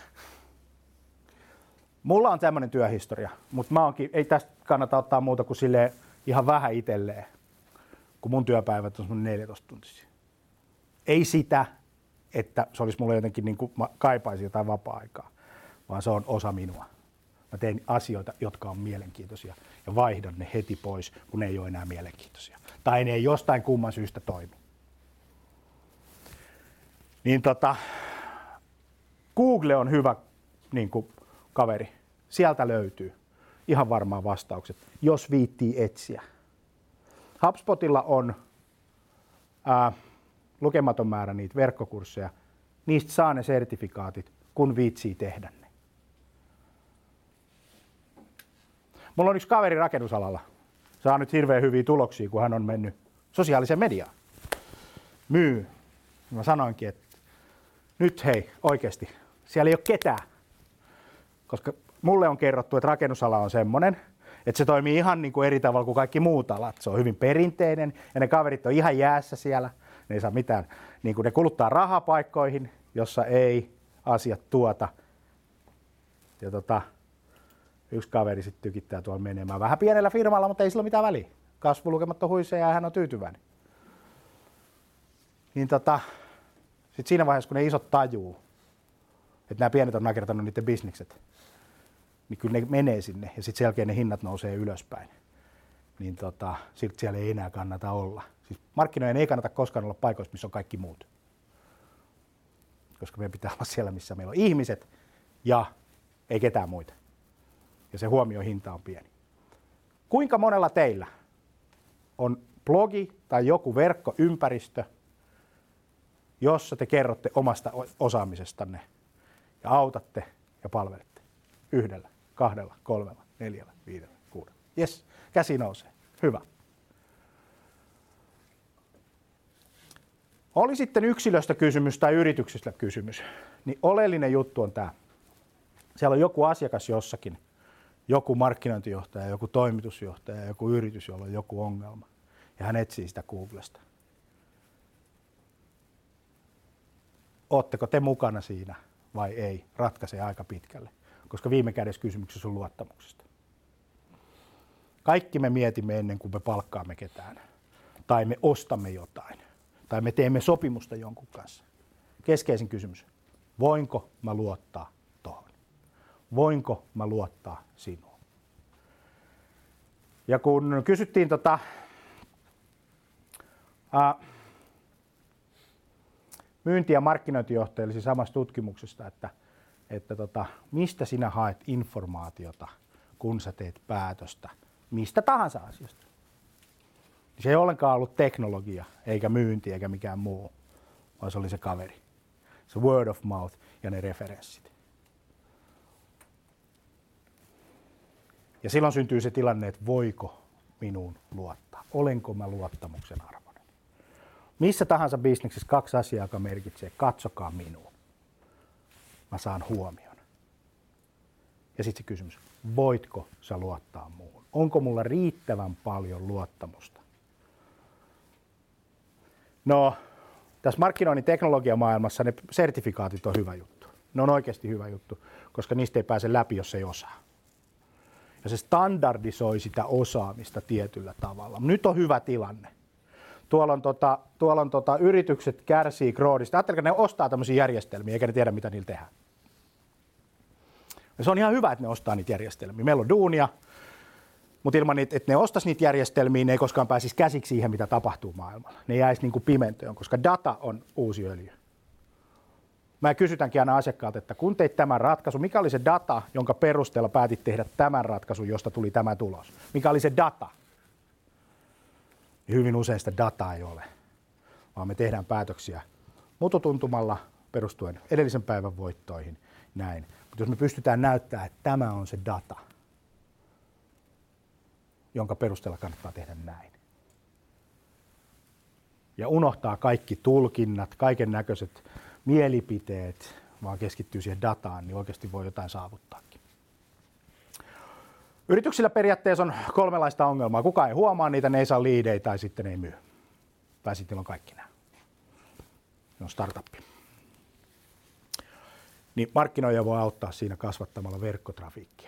Mulla on tämmöinen työhistoria, mutta mä onkin, ei tästä kannata ottaa muuta kuin silleen ihan vähän itselleen, kun mun työpäivät on semmoinen neljätoista tuntisia. Ei sitä, että se olisi mulle jotenkin niin kuin mä kaipaisin jotain vapaa-aikaa, vaan se on osa minua. Mä teen asioita, jotka on mielenkiintoisia ja vaihdan ne heti pois, kun ne ei ole enää mielenkiintoisia. Tai ne ei jostain kumman syystä toimi. Niin tota, Google on hyvä niin kuin kaveri. Sieltä löytyy ihan varmaan vastaukset, jos viittii etsiä. HubSpotilla on ää, lukematon määrä niitä verkkokursseja. Niistä saa ne sertifikaatit, kun viitsii tehdä ne. Mulla on yksi kaveri rakennusalalla. Saa nyt hirveän hyviä tuloksia, kun hän on mennyt sosiaaliseen mediaan. myy. Mä sanoinkin, että nyt hei, oikeasti, siellä ei ole ketään. Koska mulle on kerrottu, että rakennusala on semmoinen, että se toimii ihan niin kuin eri tavalla kuin kaikki muut alat. Se on hyvin perinteinen ja ne kaverit on ihan jäässä siellä. Ne ei saa mitään. Niin kuin ne kuluttaa rahaa paikkoihin, jossa ei asiat tuota. Ja tota, yksi kaveri sitten tykittää tuolla menemään. Vähän pienellä firmalla, mutta ei sillä ole mitään väliä. Kasvulukemat on huiseja ja hän on tyytyväinen. Niin tota, sitten siinä vaiheessa, kun ne isot tajuu, että nämä pienet on nakertanut niiden bisnekset, niin kyllä ne menee sinne ja sitten sen jälkeen ne hinnat nousee ylöspäin. Niin tota, sitten siellä ei enää kannata olla. Siis markkinoiden ei kannata koskaan olla paikoissa, missä on kaikki muut. Koska meidän pitää olla siellä, missä meillä on ihmiset ja ei ketään muita. Ja se huomiohinta on pieni. Kuinka monella teillä on blogi tai joku verkkoympäristö, jossa te kerrotte omasta osaamisestanne ja autatte ja palvelette yhdellä, kahdella, kolmella, neljällä, viidellä, kuudella. Jes, käsi nousee. Hyvä. Oli sitten yksilöstä kysymys tai yrityksestä kysymys, niin oleellinen juttu on tämä. Siellä on joku asiakas jossakin, joku markkinointijohtaja, joku toimitusjohtaja, joku yritys, jolla on joku ongelma. Ja hän etsii sitä Googlesta. Ootteko te mukana siinä vai ei? Ratkaisee aika pitkälle, koska viime kädessä kysymyksessä on luottamuksesta. Kaikki me mietimme ennen kuin me palkkaamme ketään, tai me ostamme jotain, tai me teemme sopimusta jonkun kanssa. Keskeisin kysymys, voinko mä luottaa tohon? Voinko mä luottaa sinuun? Ja kun kysyttiin tota, ää, myynti- ja markkinointijohtajille samassa tutkimuksesta, että, että tota, mistä sinä haet informaatiota, kun sä teet päätöstä, mistä tahansa asiasta. Se ei ollenkaan ollut teknologia, eikä myynti, eikä mikään muu, vaan se oli se kaveri. Se word of mouth ja ne referenssit. Ja silloin syntyy se tilanne, että voiko minuun luottaa? Olenko mä luottamuksen arvoinen? Missä tahansa bisneksessä kaksi asiaa, joka merkitsee, katsokaa minuun. Mä saan huomion. Ja sitten se kysymys, voitko sä luottaa muuhun? Onko mulla riittävän paljon luottamusta? No, tässä markkinoinnin teknologiamaailmassa ne sertifikaatit on hyvä juttu. Ne on oikeasti hyvä juttu, koska niistä ei pääse läpi, jos ei osaa. Ja se standardisoi sitä osaamista tietyllä tavalla. Nyt on hyvä tilanne. Tuolla on, tota, tuolla on tota, yritykset kärsii kroodista. Ajattelkaa, ne ostaa tämmöisiä järjestelmiä, eikä ne tiedä, mitä niillä tehdään. Ja se on ihan hyvä, että ne ostaa niitä järjestelmiä. Meillä on duunia, mutta ilman, että ne ostaisi niitä järjestelmiä, ne ei koskaan pääsisi käsiksi siihen, mitä tapahtuu maailmalla. Ne jäisi niin kuin pimentoon, koska data on uusi öljy. Mä kysytänkin aina asiakkaalta, että kun teit tämän ratkaisun, mikä oli se data, jonka perusteella päätit tehdä tämän ratkaisun, josta tuli tämä tulos? Mikä oli se data? Ja hyvin usein sitä dataa ei ole, vaan me tehdään päätöksiä mututuntumalla perustuen edellisen päivän voittoihin, näin. Mutta jos me pystytään näyttämään, että tämä on se data, jonka perusteella kannattaa tehdä näin. Ja unohtaa kaikki tulkinnat, kaiken näköiset mielipiteet, vaan keskittyy siihen dataan, niin oikeasti voi jotain saavuttaakin. Yrityksillä periaatteessa on kolmenlaista ongelmaa. Kukaan ei huomaa niitä, ne ei saa liidejä tai sitten ne ei myy. Tai sitten on kaikki nämä. Ne on startuppi. Niin markkinoija voi auttaa siinä kasvattamalla verkkotrafiikkia.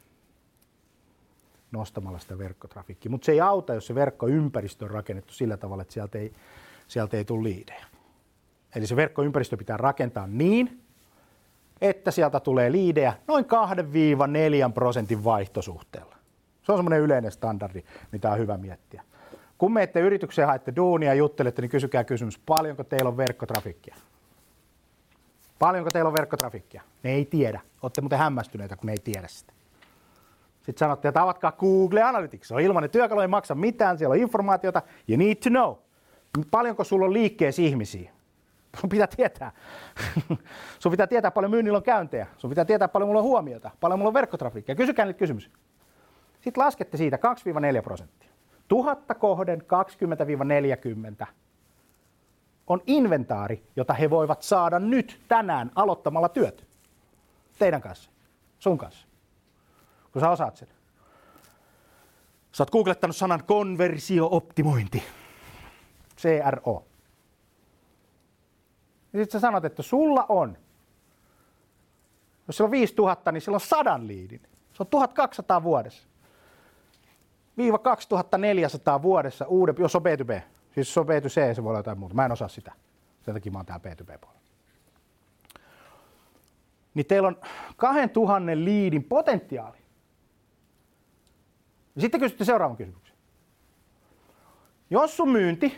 Nostamalla sitä verkkotrafiikkia. Mutta se ei auta, jos se verkkoympäristö on rakennettu sillä tavalla, että sieltä ei, sieltä ei tule liidejä. Eli se verkkoympäristö pitää rakentaa niin, että sieltä tulee liidejä noin kahdesta neljään prosentin vaihtosuhteella. Se on semmoinen yleinen standardi, mitä on hyvä miettiä. Kun menette yritykseen, haette duunia ja juttelette, niin kysykää kysymys, paljonko teillä on verkkotrafiikkia? Paljonko teillä on verkkotrafiikkia? Ne ei tiedä. Olette muuten hämmästyneitä, kun ne ei tiedä sitä. Sitten sanotte, että avatkaa Google Analytics. Se on ilmainen työkalu, ei maksa mitään, siellä on informaatiota. You need to know. Paljonko sulla on liikkeessä ihmisiä? Sun pitää tietää. Sun pitää tietää, paljon myynnillä on käyntejä. Sun pitää tietää, paljon mulla on huomiota, paljon mulla on verkkotrafiikkia. Kysykää nyt kysymys. Sitten laskette siitä kaksi neljä prosenttia. Tuhatta kohden kaksikymmentä neljäkymmentä on inventaari, jota he voivat saada nyt tänään aloittamalla työt. Teidän kanssa, sun kanssa, kun sä osaat sen. Sä oot googlettanut sanan konversio-optimointi, C R O. Ja sit sä sanot, että sulla on, jos sillä on viisituhatta, niin sillä on sadan liidin. Se on tuhatkaksisataa vuodessa. Viiva kaksituhattaneljäsataa vuodessa uuden, jos on B two B. Siis jos on B two C, se voi olla jotain muuta. Mä en osaa sitä. Sen takia mä oon täällä B two B-puolella. Niin teillä on kaksituhatta liidin potentiaali. Ja sitten kysytte seuraavan kysymyksen. Jos sun myynti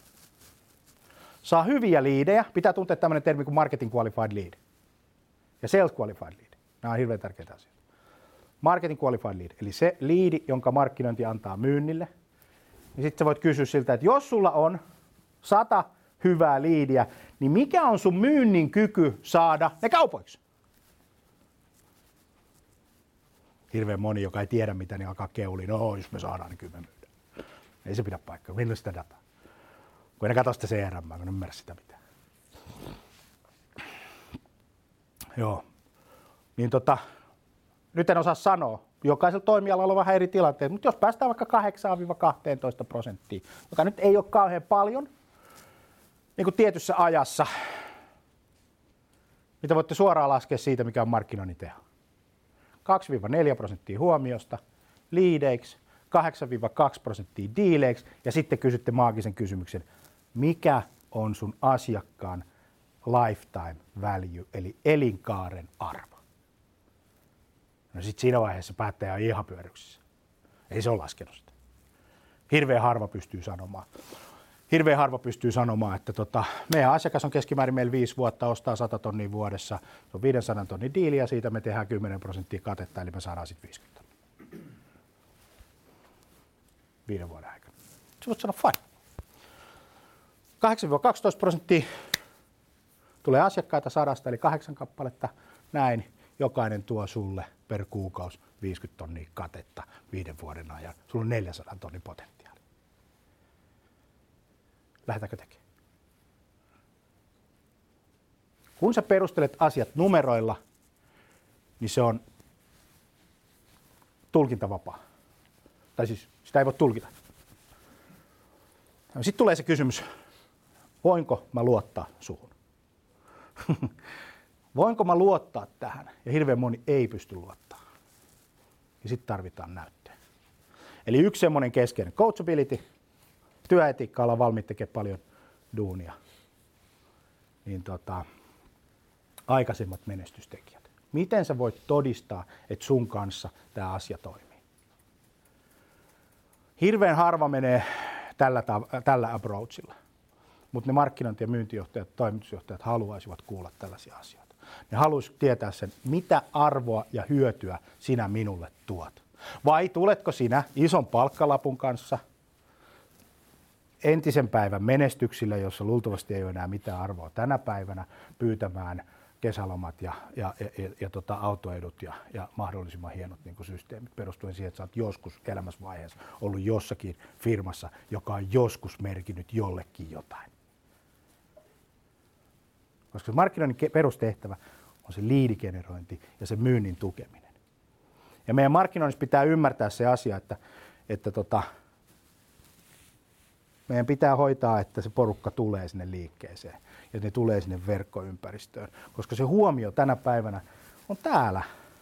saa hyviä liidejä, pitää tuntea tämmöinen termi kuin marketing qualified lead ja sales qualified lead. Nämä on hirveän tärkeitä asioita. Marketing qualified lead, eli se liidi, jonka markkinointi antaa myynnille. Niin sitten sä voit kysyä siltä, että jos sulla on sata hyvää liidiä, niin mikä on sun myynnin kyky saada ne kaupoiksi? Hirveän moni, joka ei tiedä mitä, niin alkaa keuliin. No, jos me saadaan, niin kyllä me myydään. Ei se pidä paikkaa. Meillä on sitä dataa. Kun en katso sitä C R M, kun en ymmärrä sitä mitään. Joo. Niin tota, nyt en osaa sanoa. Jokaisella toimialalla on vähän eri tilanteet, mutta jos päästään vaikka kahdeksasta kahteentoista prosenttiin, joka nyt ei ole kauhean paljon, niin kuin tietyssä ajassa, mitä voitte suoraan laskea siitä, mikä on markkinoinnin teho. kaksi neljä prosenttia huomiosta liideiksi, kahdeksan kaksi prosenttia diileiksi ja sitten kysytte maagisen kysymyksen, mikä on sun asiakkaan lifetime value, eli elinkaaren arvo. No sitten siinä vaiheessa päättäjä on ihan pyöryksissä. Ei se ole laskenut sitä. Hirveän harva pystyy sanomaan. Hirveän harva pystyy sanomaan, että tota, meidän asiakas on keskimäärin meillä viisi vuotta, ostaa sata tonnia vuodessa. Se on viisisataa tonnin diili ja siitä me tehdään kymmenen prosenttia katetta, eli me saadaan sitten viisikymmentä tonnia. Viiden vuoden aikana. Se voit sanoa fine. kahdeksan kaksitoista prosenttia tulee asiakkaita sadasta, eli kahdeksan kappaletta. Näin. Jokainen tuo sulle per kuukausi viisikymmentä tonnia katetta viiden vuoden ajan. Sulla on neljäsataa tonnin potentiaali. Lähdetäänkö tekemään? Kun sä perustelet asiat numeroilla, niin se on tulkintavapaa. Tai siis sitä ei voi tulkita. Sitten tulee se kysymys, voinko mä luottaa suhun? Voinko mä luottaa tähän? Ja hirveän moni ei pysty luottaa. Ja sitten tarvitaan näyttöä. Eli yksi semmoinen keskeinen coachability, työetiikka, ollaan valmiit tekemään paljon duunia. Niin tota, aikaisemmat menestystekijät. Miten sä voit todistaa, että sun kanssa tämä asia toimii? Hirveän harva menee tällä, tällä approachilla. Mutta ne markkinointi- ja myyntijohtajat, toimitusjohtajat haluaisivat kuulla tällaisia asioita. Ne haluaisivat tietää sen, mitä arvoa ja hyötyä sinä minulle tuot. Vai tuletko sinä ison palkkalapun kanssa entisen päivän menestyksillä, jossa luultavasti ei ole enää mitään arvoa tänä päivänä, pyytämään kesälomat ja, ja, ja, ja, ja tota, autoedut ja, ja mahdollisimman hienot niin kuin systeemit perustuen siihen, että sä oot joskus elämässä vaiheessa ollut jossakin firmassa, joka on joskus merkinnyt jollekin jotain. Koska markkinoinnin perustehtävä on se liidigenerointi ja se myynnin tukeminen. Ja meidän markkinoinnissa pitää ymmärtää se asia, että, että tota, meidän pitää hoitaa, että se porukka tulee sinne liikkeeseen ja ne tulee sinne verkkoympäristöön, koska se huomio tänä päivänä on täällä.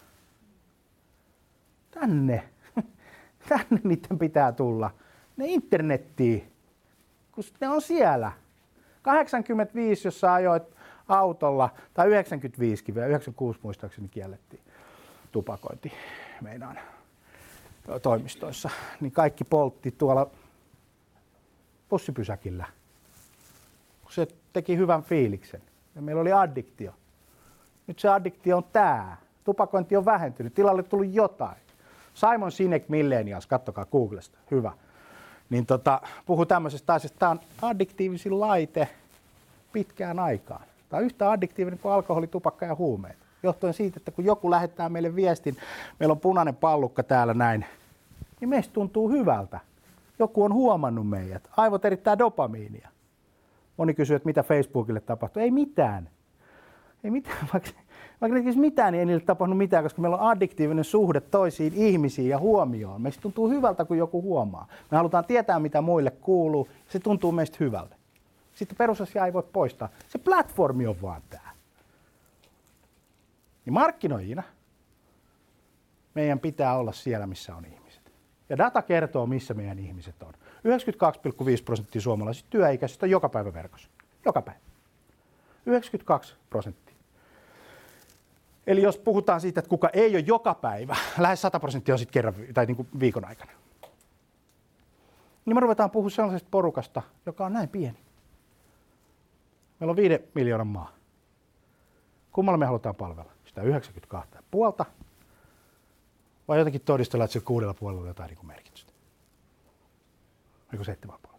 Tänne. Tänne niiden pitää tulla. Ne internettiin, kun ne on siellä. kahdeksankymmentäviisi, jos sä ajoit autolla, tai yhdeksänkymmentäviisi, vielä yhdeksänkymmentäkuusi muistaakseni kiellettiin tupakointi meidän toimistoissa, niin kaikki poltti tuolla bussipysäkillä, kun se teki hyvän fiiliksen. Ja meillä oli addiktio. Nyt se addiktio on tää. Tupakointi on vähentynyt, tilalle on tullut jotain. Simon Sinek Millennials, kattokaa Googlesta, hyvä. Niin tota, puhuu tämmöisestä asiasta, tämä on addiktiivisin laite pitkään aikaan. Tämä on yhtä addiktiivinen kuin alkoholi, tupakka ja huumeet. Johtuen siitä, että kun joku lähettää meille viestin, meillä on punainen pallukka täällä näin, niin meistä tuntuu hyvältä. Joku on huomannut meidät. Aivot erittää dopamiinia. Moni kysyy, että mitä Facebookille tapahtuu. Ei mitään. Ei mitään. Vaikka, vaikka ne tekisi mitään, niin ei niille tapahtunut mitään, koska meillä on addiktiivinen suhde toisiin ihmisiin ja huomioon. Meistä tuntuu hyvältä, kun joku huomaa. Me halutaan tietää, mitä muille kuuluu. Se tuntuu meistä hyvältä. Sitten perusasia ei voi poistaa. Se platformi on vaan tää. Niin markkinoijina meidän pitää olla siellä, missä on ihmiset. Ja data kertoo, missä meidän ihmiset on. yhdeksänkymmentäkaksi pilkku viisi prosenttia suomalaisista työikäisistä on joka päivä verkossa. Joka päivä. yhdeksänkymmentäkaksi prosenttia. Eli jos puhutaan siitä, että kuka ei ole joka päivä, lähes sata prosenttia on sitten kerran tai niin kuin viikon aikana. Niin me ruvetaan puhua sellaisesta porukasta, joka on näin pieni. Meillä on viiden miljoonan maa. Kummalla me halutaan palvella? Sitä yhdeksänkymmentäkaksi puolta vai jotenkin todistella, että se kuudella puolella on jotain niin kuin merkitystä? Oliko seitsemän puolella?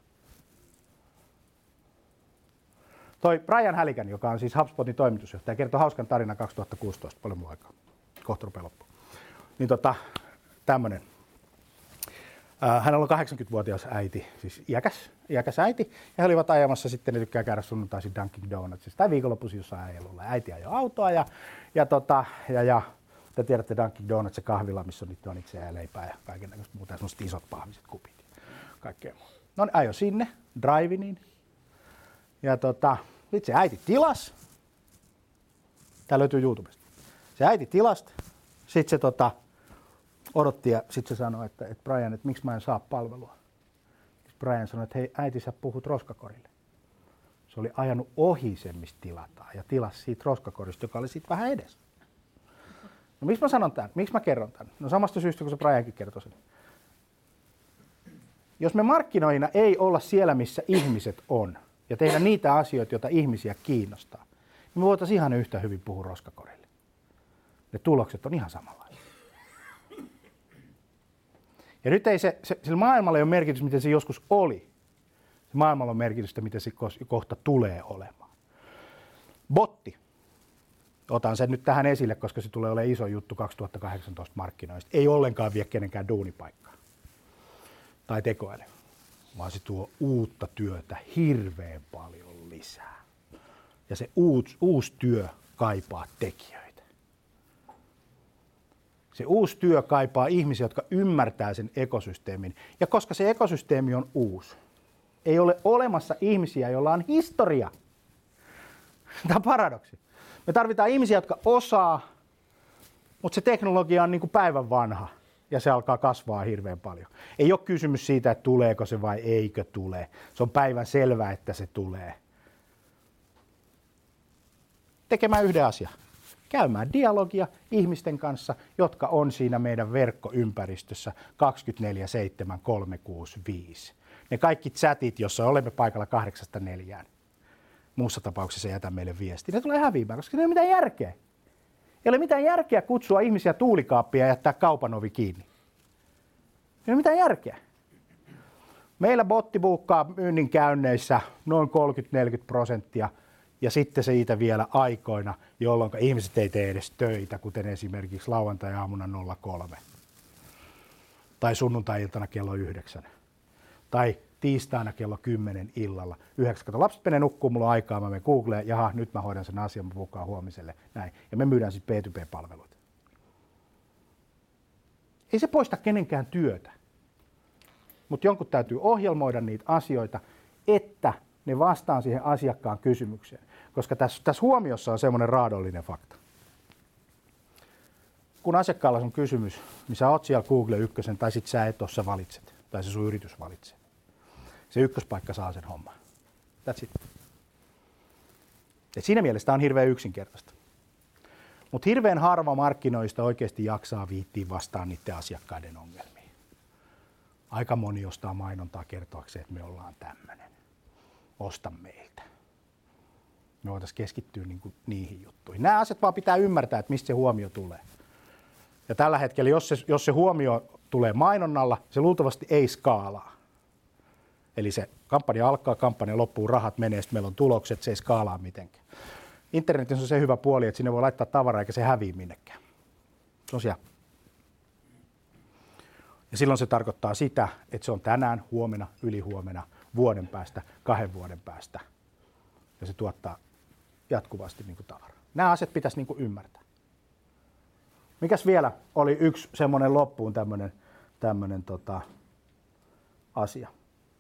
Toi Brian Halligan, joka on siis HubSpotin toimitusjohtaja, kertoi hauskan tarinan kaksituhattakuusitoista, paljon mun aikaa, kohta rupeaa loppuun. Niin tota, tämmönen. Äh, hänellä on kahdeksankymmentävuotias äiti, siis iäkäs, iäkäs äiti, ja he olivat ajamassa sitten, ne tykkää käydä sunnuntaisin Dunkin Donutsissa, tai viikonloppuisin jossain ajelulla. Äiti ajoi autoa, ja, ja, tota, ja, ja te tiedätte Dunkin Donuts, se kahvila, missä on niitä donikseja ja leipää ja kaikenlaista muuta, semmoiset isot pahviset kupit ja kaikkea muuta. No niin, ajo sinne, drive-iniin, ja tota, sitten se äiti tilas, tää löytyy YouTubesta, se äiti tilasta, sitten se tota, odotti ja sitten se sanoi, että, että Brian, että miksi mä en saa palvelua. Sitten Brian sanoi, että hei äiti, sä puhut roskakorille. Se oli ajanut ohi sen, mistä tilataan ja tilasi siitä roskakorista, joka oli siitä vähän edes. No miksi mä sanon tämän? Miksi mä kerron tämän? No samasta syystä, kun se Briankin kertoi sen. Jos me markkinoina ei olla siellä, missä ihmiset on ja tehdä niitä asioita, joita ihmisiä kiinnostaa, niin me voitaisiin ihan yhtä hyvin puhua roskakorille. Ne tulokset on ihan samanlaisia. Ja nyt ei se, se, sillä maailmalla ei ole merkitys, miten se joskus oli. Se maailmalla on merkitystä, miten se kohta tulee olemaan. Botti. Otan sen nyt tähän esille, koska se tulee olemaan iso juttu kaksituhattakahdeksantoista markkinoista. Ei ollenkaan vie kenenkään duunipaikkaa tai tekoäly, vaan se tuo uutta työtä hirveän paljon lisää. Ja se uusi, uusi työ kaipaa tekijöitä. Se uusi työ kaipaa ihmisiä, jotka ymmärtää sen ekosysteemin. Ja koska se ekosysteemi on uusi, ei ole olemassa ihmisiä, joilla on historia. Tämä on paradoksi. Me tarvitaan ihmisiä, jotka osaa, mutta se teknologia on niin kuin päivän vanha ja se alkaa kasvaa hirveän paljon. Ei ole kysymys siitä, että tuleeko se vai eikö tule. Se on päivän selvää, että se tulee. Tekemään yhden asian. Käymään dialogia ihmisten kanssa, jotka on siinä meidän verkkoympäristössä kaksikymmentäneljä seitsemän kolmesataakuusikymmentäviisi. Ne kaikki chatit, jossa olemme paikalla kahdeksasta neljään. Muussa tapauksessa jätä meille viesti. Ne tulee häviämään, koska ei ole mitään järkeä. Ei ole mitään järkeä kutsua ihmisiä tuulikaappia ja jättää kaupan ovi kiinni. Ei ole mitään järkeä. Meillä botti buukkaa myynnin käynneissä noin kolmekymmentä neljäkymmentä prosenttia. Ja sitten siitä vielä aikoina, jolloin ihmiset ei tee edes töitä, kuten esimerkiksi lauantai-aamuna nolla kolme. Tai sunnuntai-iltana kello yhdeksän. Tai tiistaina kello kymmenen illalla. Yhdeksän. Kato, lapset menee nukkuu, mulla on aikaa, mä menen Googleen, jaha, nyt mä hoidan sen asian, mä buukkaan huomiselle. Näin. Ja me myydään sitten B two B-palveluita. Ei se poista kenenkään työtä. Mutta jonkun täytyy ohjelmoida niitä asioita, että ne vastaan siihen asiakkaan kysymykseen. Koska tässä, tässä huomiossa on semmoinen raadollinen fakta. Kun asiakkaalla on kysymys, niin sä oot siellä Google ykkösen, tai sit sä et ole, sä valitset. Tai se sun yritys valitsee. Se ykköspaikka saa sen homman. That's it. Et siinä mielessä tämä on hirveän yksinkertaista. Mutta hirveän harva markkinoista oikeasti jaksaa viittiin vastaan niiden asiakkaiden ongelmiin. Aika moni ostaa mainontaa kertoakseen, että me ollaan tämmöinen. Osta meiltä. Me voitaisiin keskittyä niinku niihin juttuihin. Nämä asiat vaan pitää ymmärtää, että mistä se huomio tulee. Ja tällä hetkellä, jos se, jos se huomio tulee mainonnalla, se luultavasti ei skaalaa. Eli se kampanja alkaa, kampanja loppuu, rahat menee, sitten meillä on tulokset, se ei skaalaa mitenkään. Internetissä on se hyvä puoli, että sinne voi laittaa tavaraa eikä se häviä minnekään. Se on siellä. Ja silloin se tarkoittaa sitä, että se on tänään, huomenna, ylihuomenna, vuoden päästä, kahden vuoden päästä ja se tuottaa jatkuvasti niin kuin tavaraa. Nämä asiat pitäisi niin kuin ymmärtää. Mikäs vielä oli yksi semmoinen loppuun tämmöinen, tämmöinen tota, asia.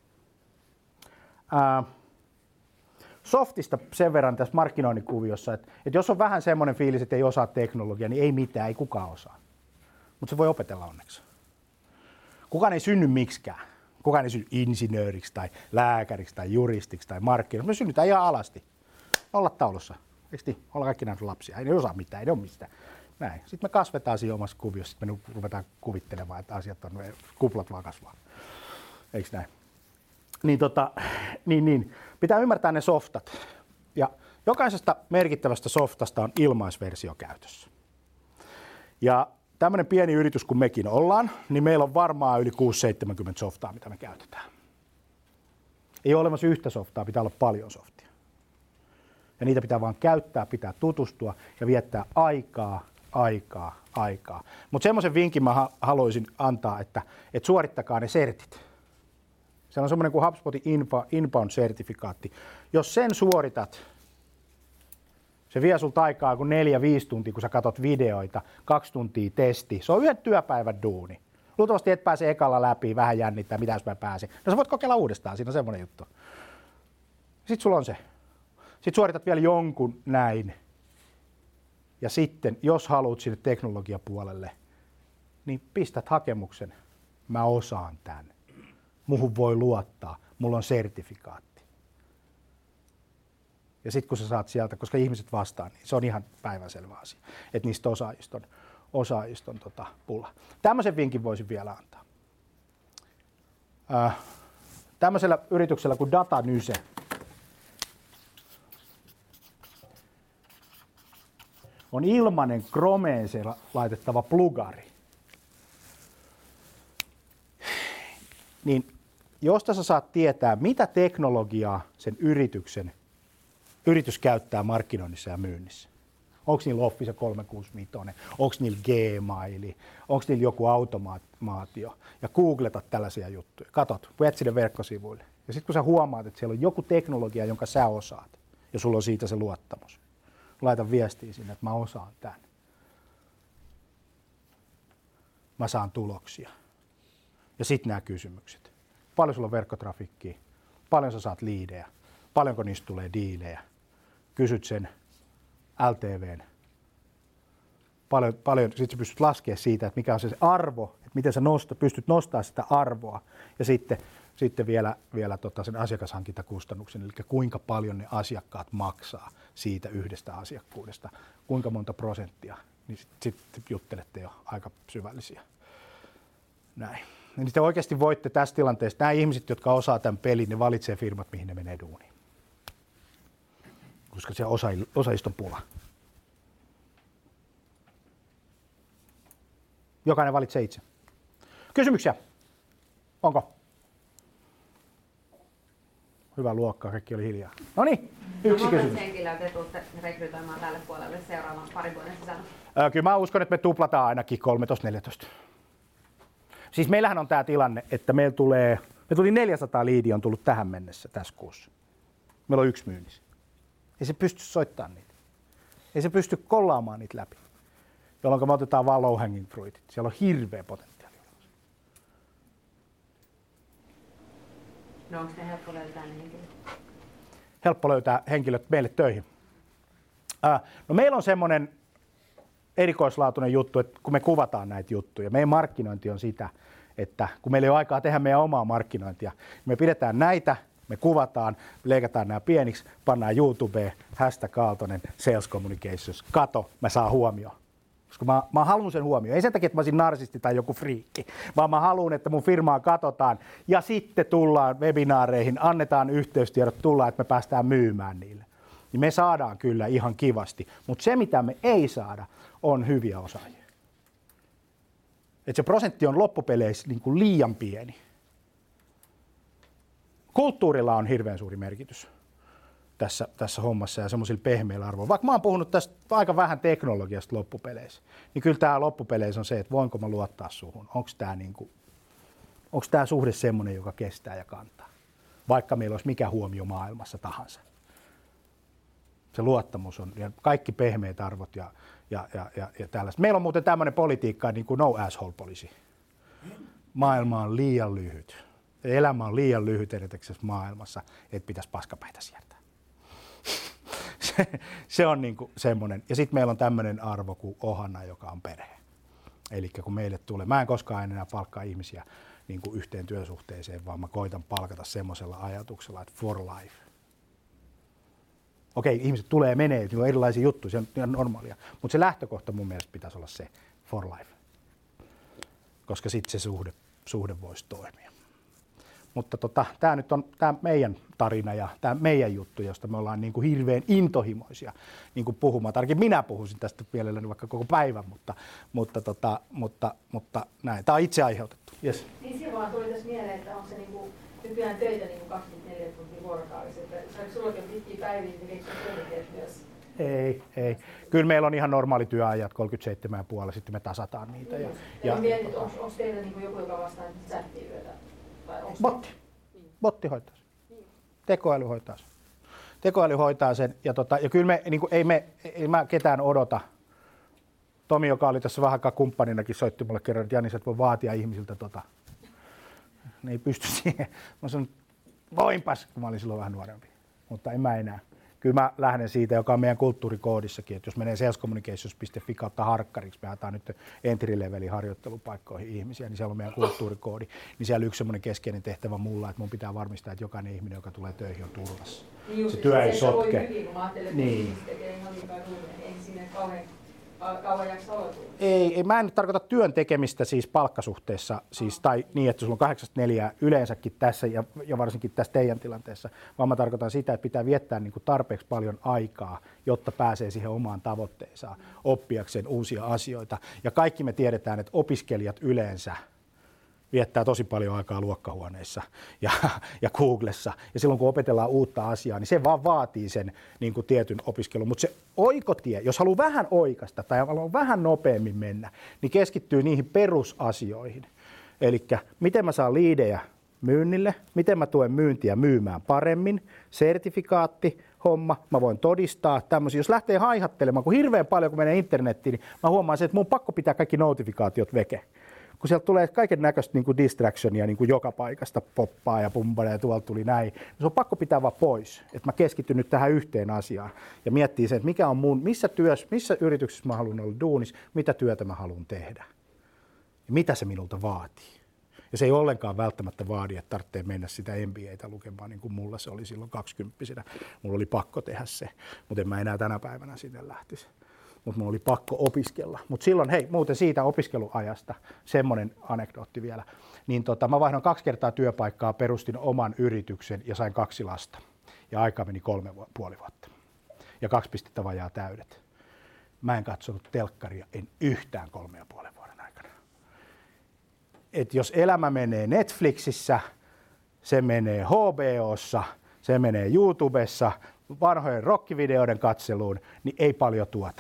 Ää, softista sen verran tässä markkinoinnin kuviossa, että, että jos on vähän semmoinen fiilis, että ei osaa teknologiaa, niin ei mitään, ei kukaan osaa. Mutta se voi opetella onneksi. Kukaan ei synny miksikään. Kukaan ei synny insinööriksi tai lääkäriksi tai juristiksi tai markkinoiksi. Me synnytään ihan alasti. Olla taulussa. Eikö niin? Olla kaikki näitä lapsia. Ei ne osaa mitään, ei ne ole mistään. Näin. Sitten me kasvetaan siinä omassa kuviossa. Sitten me ruvetaan kuvittelemaan, että asiat on, kuplat vaan kasvaa. Eikö näin? Niin, tota, niin, niin. Pitää ymmärtää ne softat. Ja jokaisesta merkittävästä softasta on ilmaisversio käytössä. Ja tämmöinen pieni yritys, kun mekin ollaan, niin meillä on varmaan yli kuusi seitsemänkymmentä softaa, mitä me käytetään. Ei ole olemassa yhtä softaa, pitää olla paljon softia. Ja niitä pitää vaan käyttää, pitää tutustua ja viettää aikaa, aikaa, aikaa. Mutta semmoisen vinkin mä haluaisin antaa, että, että suorittakaa ne sertit. Se on semmoinen kuin HubSpotin inbound-sertifikaatti. Jos sen suoritat, se vie sulta aikaa kuin neljä, viisi tuntia, kun sä katot videoita, kaksi tuntia testi. Se on yhden työpäivän duuni. Luultavasti et pääse ekalla läpi, vähän jännittää, mitä jos mä pääsen. No sä voit kokeilla uudestaan, siinä on semmoinen juttu. Sitten sulla on se. Sitten suoritat vielä jonkun näin. Ja sitten, jos haluat sinne teknologiapuolelle, niin pistät hakemuksen. Mä osaan tän. Muhun voi luottaa. Mulla on sertifikaatti. Ja sitten kun sä saat sieltä, koska ihmiset vastaa, niin se on ihan päivänselvä asia, että niistä osaajista on, osaajista on tota, pula. Tämmöisen vinkin voisin vielä antaa. Äh, tämmöisellä yrityksellä kuin Datanyse on ilmainen Chromeen laitettava plugari. Niin josta sä saat tietää, mitä teknologiaa sen yrityksen yritys käyttää markkinoinnissa ja myynnissä. Onko niillä Office kolmesataakuusikymmentäviisi, onko niillä Gmail, onko niillä joku automaatio. Ja googleta tällaisia juttuja. Katot, voit sinne verkkosivuille. Ja sitten kun sä huomaat, että siellä on joku teknologia, jonka sä osaat, ja sulla on siitä se luottamus, laita viestiä sinne, että mä osaan tämän. Mä saan tuloksia. Ja sitten nämä kysymykset. Paljon sulla on verkkotrafikkia? Paljon sä saat liidejä? Paljonko niistä tulee diilejä? Kysyt sen L T V:n. Paljon, paljon, sitten sä pystyt laskemaan siitä, että mikä on se arvo, että miten sä nosta, pystyt nostamaan sitä arvoa. Ja sitten, sitten vielä, vielä tota sen asiakashankintakustannuksen, eli kuinka paljon ne asiakkaat maksaa siitä yhdestä asiakkuudesta, kuinka monta prosenttia, niin sitten sit juttelette jo aika syvällisiä. Näin. Ja niin te oikeasti voitte tässä tilanteessa, nämä ihmiset, jotka osaa tämän pelin, ne valitsee firmat, mihin ne menee duuniin. Koska se osa, osaajista on pula. Jokainen valitsee itse. Kysymyksiä? Onko? Hyvä luokka, kaikki oli hiljaa. No niin, yksi no, kysymys. Henkilöä te tuutte rekrytoimaan tälle puolelle seuraavan parin vuoden sisällä? Öö, kyllä mä uskon, että me tuplataan ainakin kolmetoista neljätoista. Siis meillähän on tämä tilanne, että meillä tulee, me tuli neljäsataa liidiä on tullut tähän mennessä tässä kuussa. Meillä on yksi myynnissä. Ei se pysty soittamaan niitä. Ei se pysty kollaamaan niitä läpi. Jolloin me otetaan vaan low hanging fruitit. Siellä on hirveä potentiaali. No onko ne helppo löytää ne henkilöt? Helppo löytää henkilöt meille töihin. Äh, no meillä on semmoinen erikoislaatuinen juttu, että kun me kuvataan näitä juttuja, meidän markkinointi on sitä, että kun meillä ei ole aikaa tehdä meidän omaa markkinointia, me pidetään näitä, me kuvataan, me leikataan nämä pieniksi, pannaan YouTubeen, hashtag Aaltonen, Sales Communications, kato, mä saan huomioon. Koska mä, mä haluan sen huomioon. Ei sen takia, että mä olisin narsisti tai joku friikki, vaan mä haluan, että mun firmaa katsotaan ja sitten tullaan webinaareihin, annetaan yhteystiedot, tullaan, että me päästään myymään niille. Niin me saadaan kyllä ihan kivasti, mutta se mitä me ei saada, on hyviä osaajia. Et se prosentti on loppupeleissä niin kuin liian pieni. Kulttuurilla on hirveän suuri merkitys tässä, tässä hommassa ja semmoisilla pehmeillä arvoilla. Vaikka mä oon puhunut tästä aika vähän teknologiasta loppupeleissä, niin kyllä tämä loppupeleissä on se, että voinko mä luottaa suhun. Onko tämä niinku, onko tämä suhde semmoinen, joka kestää ja kantaa, vaikka meillä olisi mikä huomio maailmassa tahansa. Se luottamus on, ja kaikki pehmeät arvot ja, ja, ja, ja, ja tällaista. Meillä on muuten tämmöinen politiikka niin kuin no asshole policy. Maailma on liian lyhyt. Elämä on liian lyhyt edetäksessä maailmassa, että pitäisi paskapäitä sieltää. se, se on niin kuin semmoinen. Ja sitten meillä on tämmöinen arvo kuin ohana, joka on perhe. Eli kun meille tulee, mä en koskaan enää palkkaa ihmisiä niin kuin yhteen työsuhteeseen, vaan mä koitan palkata semmoisella ajatuksella, että for life. Okei, ihmiset tulee ja menee, on erilaisia juttuja, se on ihan normaalia. Mutta se lähtökohta mun mielestä pitäisi olla se for life. Koska sitten se suhde, suhde voisi toimia. Mutta tota, tämä nyt on tää meidän tarina ja tämä meidän juttu, josta me ollaan niin kuin hirveän intohimoisia niin kuin puhumaan. Ainakin minä puhuisin tästä mielelläni vaikka koko päivän, mutta, mutta, tota, mutta, mutta näin. Tämä on itse aiheutettu. Yes. Niin silloin vaan tuli tässä mieleen, että onko se niin kuin, nykyään töitä niin kuin kaksikymmentäneljä tuntia vuorokaudessa. Saiko sullakin pitkiä päiviä, tekeekö työntekijät myös? Ei, ei. Kyllä meillä on ihan normaali työajat, kolmekymmentäseitsemän pilkku viisi, sitten me tasataan niitä. Ja, ja, ja mietit, onko, onko teillä niin kuin joku, joka vastaa chattiin yötä? Botti. Botti hoitaa sen. Tekoäly hoitaa sen. Tekoäly hoitaa sen. Ja, tota, ja kyllä me, niin kuin, ei, me, ei mä ketään odota. Tomi, joka oli tässä vähän aikaa kumppaninakin, soitti mulle kerran, että Janis, et voi vaatia ihmisiltä tota. Ne ei pysty siihen. Mä sanoin, voinpas, kun mä olin silloin vähän nuorempi. Mutta en mä enää. Kyllä mä lähden siitä, joka on meidän kulttuurikoodissakin, että jos menee salescommunications piste fi kautta harkkariksi, me haetaan nyt entry-levelin harjoittelupaikkoihin ihmisiä, niin siellä on meidän kulttuurikoodi. Niin siellä yksi semmoinen keskeinen tehtävä mulla, että mun pitää varmistaa, että jokainen ihminen, joka tulee töihin, on turvassa. Niin se työ ei se sotke. Voi hyvin, kun mä ajattelen, että niin. Ihmiset tekee ihan liikaa duunia, niin ei sinne kauhean kauan jaksa olla. Ei, ei, mä en nyt tarkoita työn tekemistä siis palkkasuhteessa, siis, tai niin, että sulla on kahdeksasta neljää yleensäkin tässä ja, ja varsinkin tässä teidän tilanteessa, vaan mä tarkoitan sitä, että pitää viettää niin kuin tarpeeksi paljon aikaa, jotta pääsee siihen omaan tavoitteeseen, oppiakseen uusia asioita. Ja kaikki me tiedetään, että opiskelijat yleensä viettää tosi paljon aikaa luokkahuoneissa ja, ja Googlessa. Ja silloin kun opetellaan uutta asiaa, niin se vaan vaatii sen niin kuin tietyn opiskelun. Mutta se oikotie, jos haluaa vähän oikasta tai haluaa vähän nopeammin mennä, niin keskittyy niihin perusasioihin. Eli miten mä saan liidejä myynnille, miten mä tuen myyntiä myymään paremmin, sertifikaatti, homma, mä voin todistaa tämmöisiä. Jos lähtee haihattelemaan, kun hirveän paljon kun menee internettiin, niin mä huomaan sen, että mun on pakko pitää kaikki notifikaatiot veke. Kun sieltä tulee kaiken näköistä niin kuin distractionia niin kuin joka paikasta, poppaa ja pumpaa ja tuolta tuli näin, niin se on pakko pitää vaan pois, että mä keskityn nyt tähän yhteen asiaan ja miettii sen, että mikä on mun, missä työssä, missä yrityksessä mä haluan olla duunis, mitä työtä mä haluan tehdä ja mitä se minulta vaatii. Ja se ei ollenkaan välttämättä vaadi, että tarvitsee mennä sitä M B A:tä lukemaan, niin kuin mulla se oli silloin kaksikymppisenä. Mulla oli pakko tehdä se, mutta en mä enää tänä päivänä sinne lähtisi. Mutta mulla oli pakko opiskella. Mutta silloin, hei, muuten siitä opiskeluajasta, semmoinen anekdootti vielä, niin tota, mä vaihdoin kaksi kertaa työpaikkaa, perustin oman yrityksen ja sain kaksi lasta. Ja aika meni kolme vu- puoli vuotta. Ja kaksi pistettä vajaa täydet. Mä en katsonut telkkaria, en yhtään kolme ja puolen vuoden aikana. Et jos elämä menee Netflixissä, se menee H B O:ssa, se menee YouTubessa, vanhojen rockivideoiden katseluun, niin ei paljon tuota.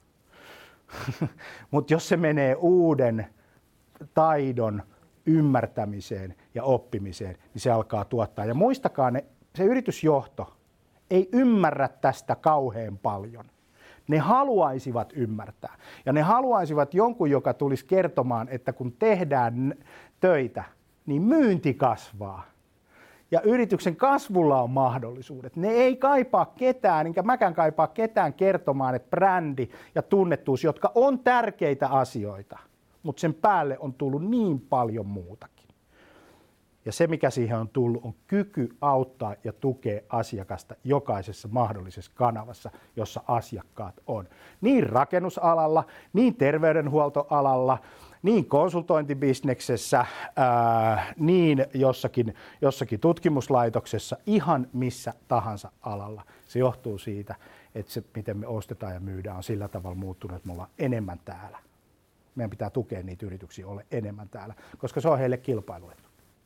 Mutta jos se menee uuden taidon ymmärtämiseen ja oppimiseen, niin se alkaa tuottaa. Ja muistakaa, ne, se yritysjohto ei ymmärrä tästä kauhean paljon. Ne haluaisivat ymmärtää. Ja ne haluaisivat jonkun, joka tulisi kertomaan, että kun tehdään töitä, niin myynti kasvaa. Ja yrityksen kasvulla on mahdollisuudet. Ne ei kaipaa ketään, enkä mäkään kaipaa ketään kertomaan, että brändi ja tunnettuus, jotka on tärkeitä asioita, mutta sen päälle on tullut niin paljon muutakin. Ja se, mikä siihen on tullut, on kyky auttaa ja tukea asiakasta jokaisessa mahdollisessa kanavassa, jossa asiakkaat on. Niin rakennusalalla, niin terveydenhuoltoalalla, niin konsultointibisneksessä, ää, niin jossakin, jossakin tutkimuslaitoksessa, ihan missä tahansa alalla. Se johtuu siitä, että se, miten me ostetaan ja myydään, on sillä tavalla muuttunut, että me ollaan enemmän täällä. Meidän pitää tukea niitä yrityksiä olla enemmän täällä, koska se on heille kilpailuetu.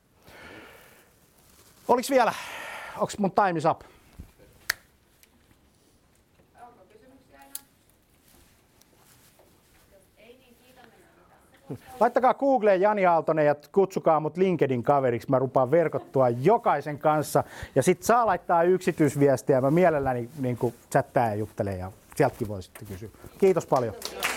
Oliko vielä? Onko mun time is up? Onko kysymyksiä enää? Jos ei, niin kiitämme tästä Laittakaa Googleen Jani Aaltonen ja kutsukaa mut LinkedIn-kaveriksi. Mä rupaan verkottua jokaisen kanssa. Ja sit saa laittaa yksityisviestiä. Mä mielelläni niin chattää ja juttelen ja sieltäkin voi sitten kysyä. Kiitos paljon.